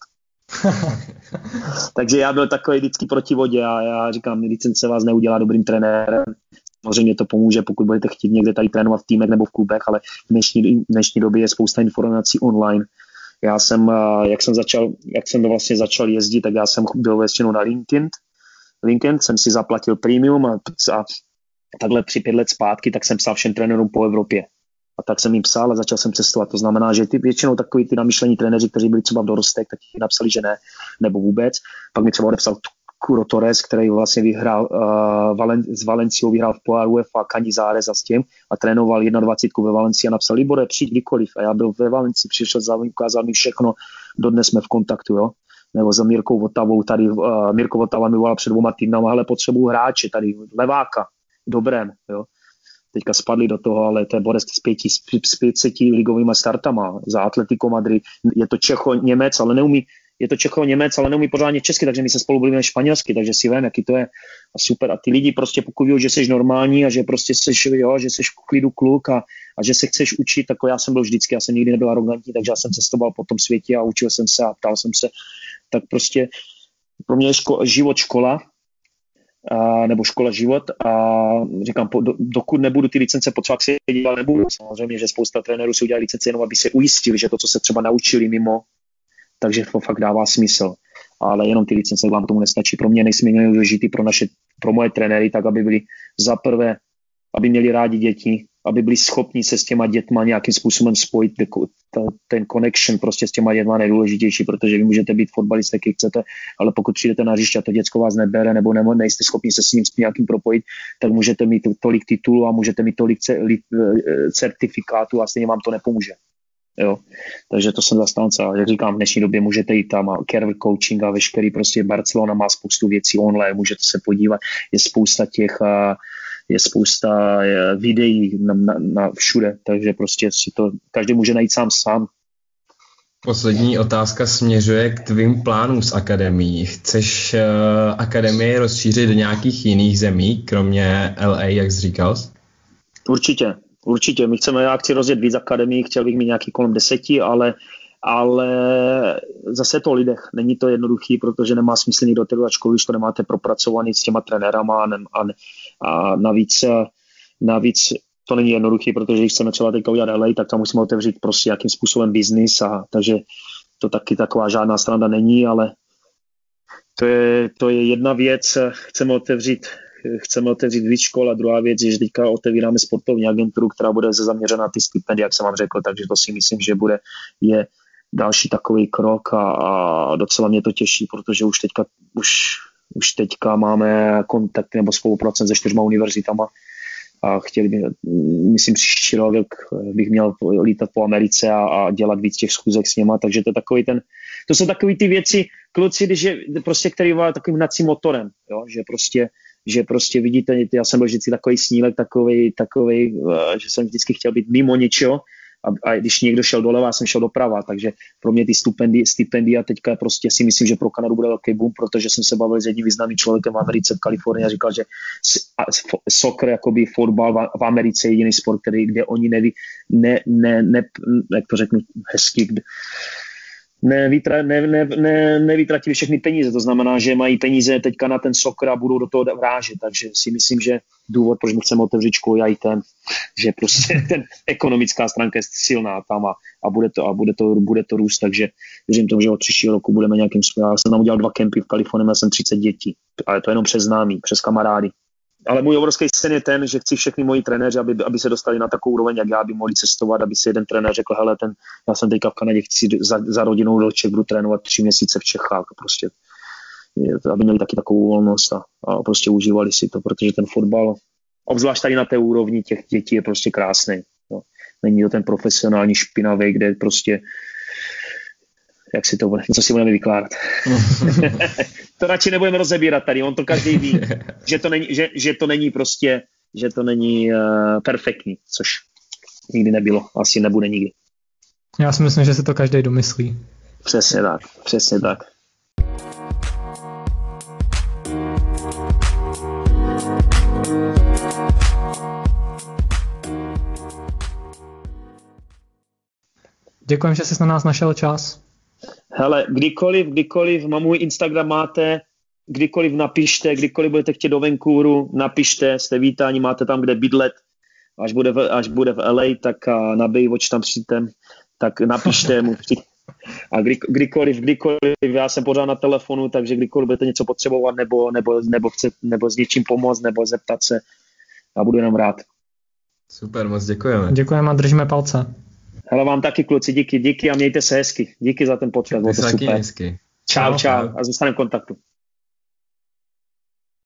Takže já byl takový vždycky proti vodě a já říkám, licence vás neudělá dobrým trenérem. Samozřejmě to pomůže, pokud budete chtít někde tady trénovat v týmech nebo v klubech, ale v dnešní, dnešní době je spousta informací online. Já jsem, jak jsem začal, jak jsem vlastně začal jezdit, tak já jsem byl většinou na LinkedIn. LinkedIn jsem si zaplatil premium a, a takhle tři pět let zpátky, tak jsem psal všem trenérům po Evropě. A tak jsem jim psal a začal jsem cestovat. To znamená, že ty většinou takový ty namyšlení trenéři, kteří byli třeba v dorostech, tak ti napsali, že ne, nebo vůbec. Pak mi třeba odepsal Kuro Torres, který vlastně vyhrál uh, Valen, s Valenciou, vyhrál v Poháru UEFA Canizares a s tím a trénoval jednadvacítku ve Valencii a napsal, Libore, přijď kdykoliv. A já byl ve Valencii, přišel za mnou, ukázal mi všechno, dodnes jsme v kontaktu, jo. Nebo za Mirkou Votavou, tady uh, Mirko Votava mi volal před dvěma týdnama, ale potřebuju hráče, tady leváka, dobrém, jo. Teďka spadli do toho, ale to je borec s pěti, s pěti ligovýma startama za Atletico Madrid. Je to Čecho-Němec, ale neumí Je to Čecho-Němec, ale neumí pořádně česky, takže my se spolu bavíme španělsky, takže si vím, jaký to je. A super. A ty lidi prostě pokud ví, že jsi normální a že prostě jsi, jo, že jsi v klidu kluk a, a že se chceš učit, tak já jsem byl vždycky, já jsem nikdy nebyl arrogantní, takže já jsem cestoval po tom světě a učil jsem se a ptal jsem se. Tak prostě pro mě je ško- život škola, a, nebo škola život a říkám, po, do, dokud nebudu ty licence potřebovat, si je dělat nebudu. Samozřejmě, že spousta trenérů si udělali licence jenom, aby se ujistili, že to, co se třeba naučili mimo, takže to fakt dává smysl. Ale jenom ty licence vám tomu nestačí. Pro mě nejsmírně důležitý pro naše, pro moje trenéry, tak aby byli za prvé, aby měli rádi děti, aby byli schopni se s těma dětma nějakým způsobem spojit, ten connection prostě s těma dětma nejdůležitější, protože vy můžete být fotbalista, jaký chcete, ale pokud přijdete na hřiště a to děcko vás nebere, nebo ne, nejste schopni se s ním s nějakým propojit, tak můžete mít tolik titulů a můžete mít tolik certifikátů a stejně vám to nepomůže. Jo, takže to jsem zastánce. Jak říkám, v dnešní době můžete jít tam a care coaching a veškerý, prostě Barcelona má spoustu věcí online, můžete se podívat, je spousta těch, je spousta videí na, na, na všude, takže prostě si to, každý může najít sám sám. Poslední otázka směřuje k tvým plánům z akademií. Chceš uh, akademii rozšířit do nějakých jiných zemí, kromě L A, jak jsi říkal? Určitě. Určitě, my chceme, já chci rozjet víc akademií, chtěl bych mít nějaký kolem deseti, ale, ale zase to o lidech. Není to jednoduchý, protože nemá smysl někdo otevřít školu, když to nemáte propracovaný s těma trenérama a, a, a navíc, navíc to není jednoduchý, protože když chceme třeba teďka udělat L A, tak tam musíme otevřít prostě jakým způsobem biznis, a takže to taky taková žádná strana není, ale to je, to je jedna věc, chceme otevřít Chceme otevřít víc škol a druhá věc je, že teďka otevíráme sportovní agenturu, která bude zaměřena na ty stipendia, jak jsem vám řekl, takže to si myslím, že bude je další takový krok a, a docela mě to těší, protože už teďka, už, už teďka máme kontakt nebo spolupráce se čtyřma univerzitama a chtěli by, myslím, příští rok bych měl lítat po Americe a, a dělat víc těch schůzek s něma, takže to je takový ten, to jsou takový ty věci, kluci, když je prostě, který byl takovým hnacím motorem, jo, že prostě že prostě vidíte, já jsem byl vždycky takový snílek, takovej, takovej, že jsem vždycky chtěl být mimo něčeho a, a když někdo šel doleva, já jsem šel doprava, takže pro mě ty stipendia, stipendia teďka prostě si myslím, že pro Kanadu bude velký boom, protože jsem se bavil s jedním významným člověkem v Americe, v Kalifornii a říkal, že soccer, jakoby fotbal v Americe je jediný sport, který, kde oni neví, ne, ne, ne, jak to řeknu hezky, kde, Nevytra, ne, ne, ne, nevytratili všechny peníze, to znamená, že mají peníze teďka na ten soccer a budou do toho vrážet, takže si myslím, že důvod, proč my chceme otevřít školu, je i ten, že prostě ten ekonomická stránka je silná tam a, a, bude, to, a bude, to, bude to růst, takže věřím tomu, že od příštího roku budeme nějakým způsobem. Já jsem tam udělal dva kempy v Kalifornii, měl jsem třicet dětí, ale to jenom přes známí, přes kamarády. ale můj obrovský sen je ten, že chci všechny moji trenéři, aby, aby se dostali na takovou úroveň, jak já, aby mohli cestovat, aby si jeden trenér řekl, hele, ten, já jsem teďka v Kanadě, chci za, za rodinou do Čech, budu trénovat tři měsíce v Čechách, prostě, aby měli taky takovou volnost a, a prostě užívali si to, protože ten fotbal, obzvlášť tady na té úrovni těch dětí, je prostě krásný. No. Není to ten profesionální špinavý, kde prostě jak si to bude, co si budeme vykládat. To radši nebudeme rozebírat tady, on to každý ví, že to není, že, že to není prostě, že to není uh, perfektní, což nikdy nebylo, asi nebude nikdy. Já si myslím, že se to každý domyslí. Přesně tak, přesně tak. Děkujem, že jsi na nás našel čas. Hele, kdykoliv, kdykoliv, mám můj Instagram máte, kdykoliv napište, kdykoliv budete chtět do Vancouveru, napište, jste vítáni, máte tam kde bydlet, až bude v, až bude v L A, tak na Baywatch tam přijďte, tak napište mu. A kdy, kdykoliv, kdykoliv, já jsem pořád na telefonu, takže kdykoliv budete něco potřebovat, nebo, nebo, nebo, chce, nebo s něčím pomoct, nebo zeptat se, a budu jenom rád. Super, moc děkujeme. Děkujeme a držíme palce. Hele, vám taky, kluci, díky, díky a mějte se hezky. Díky za ten podcast, bylo to super. Hezky. Čau, čau a zůstaneme v kontaktu.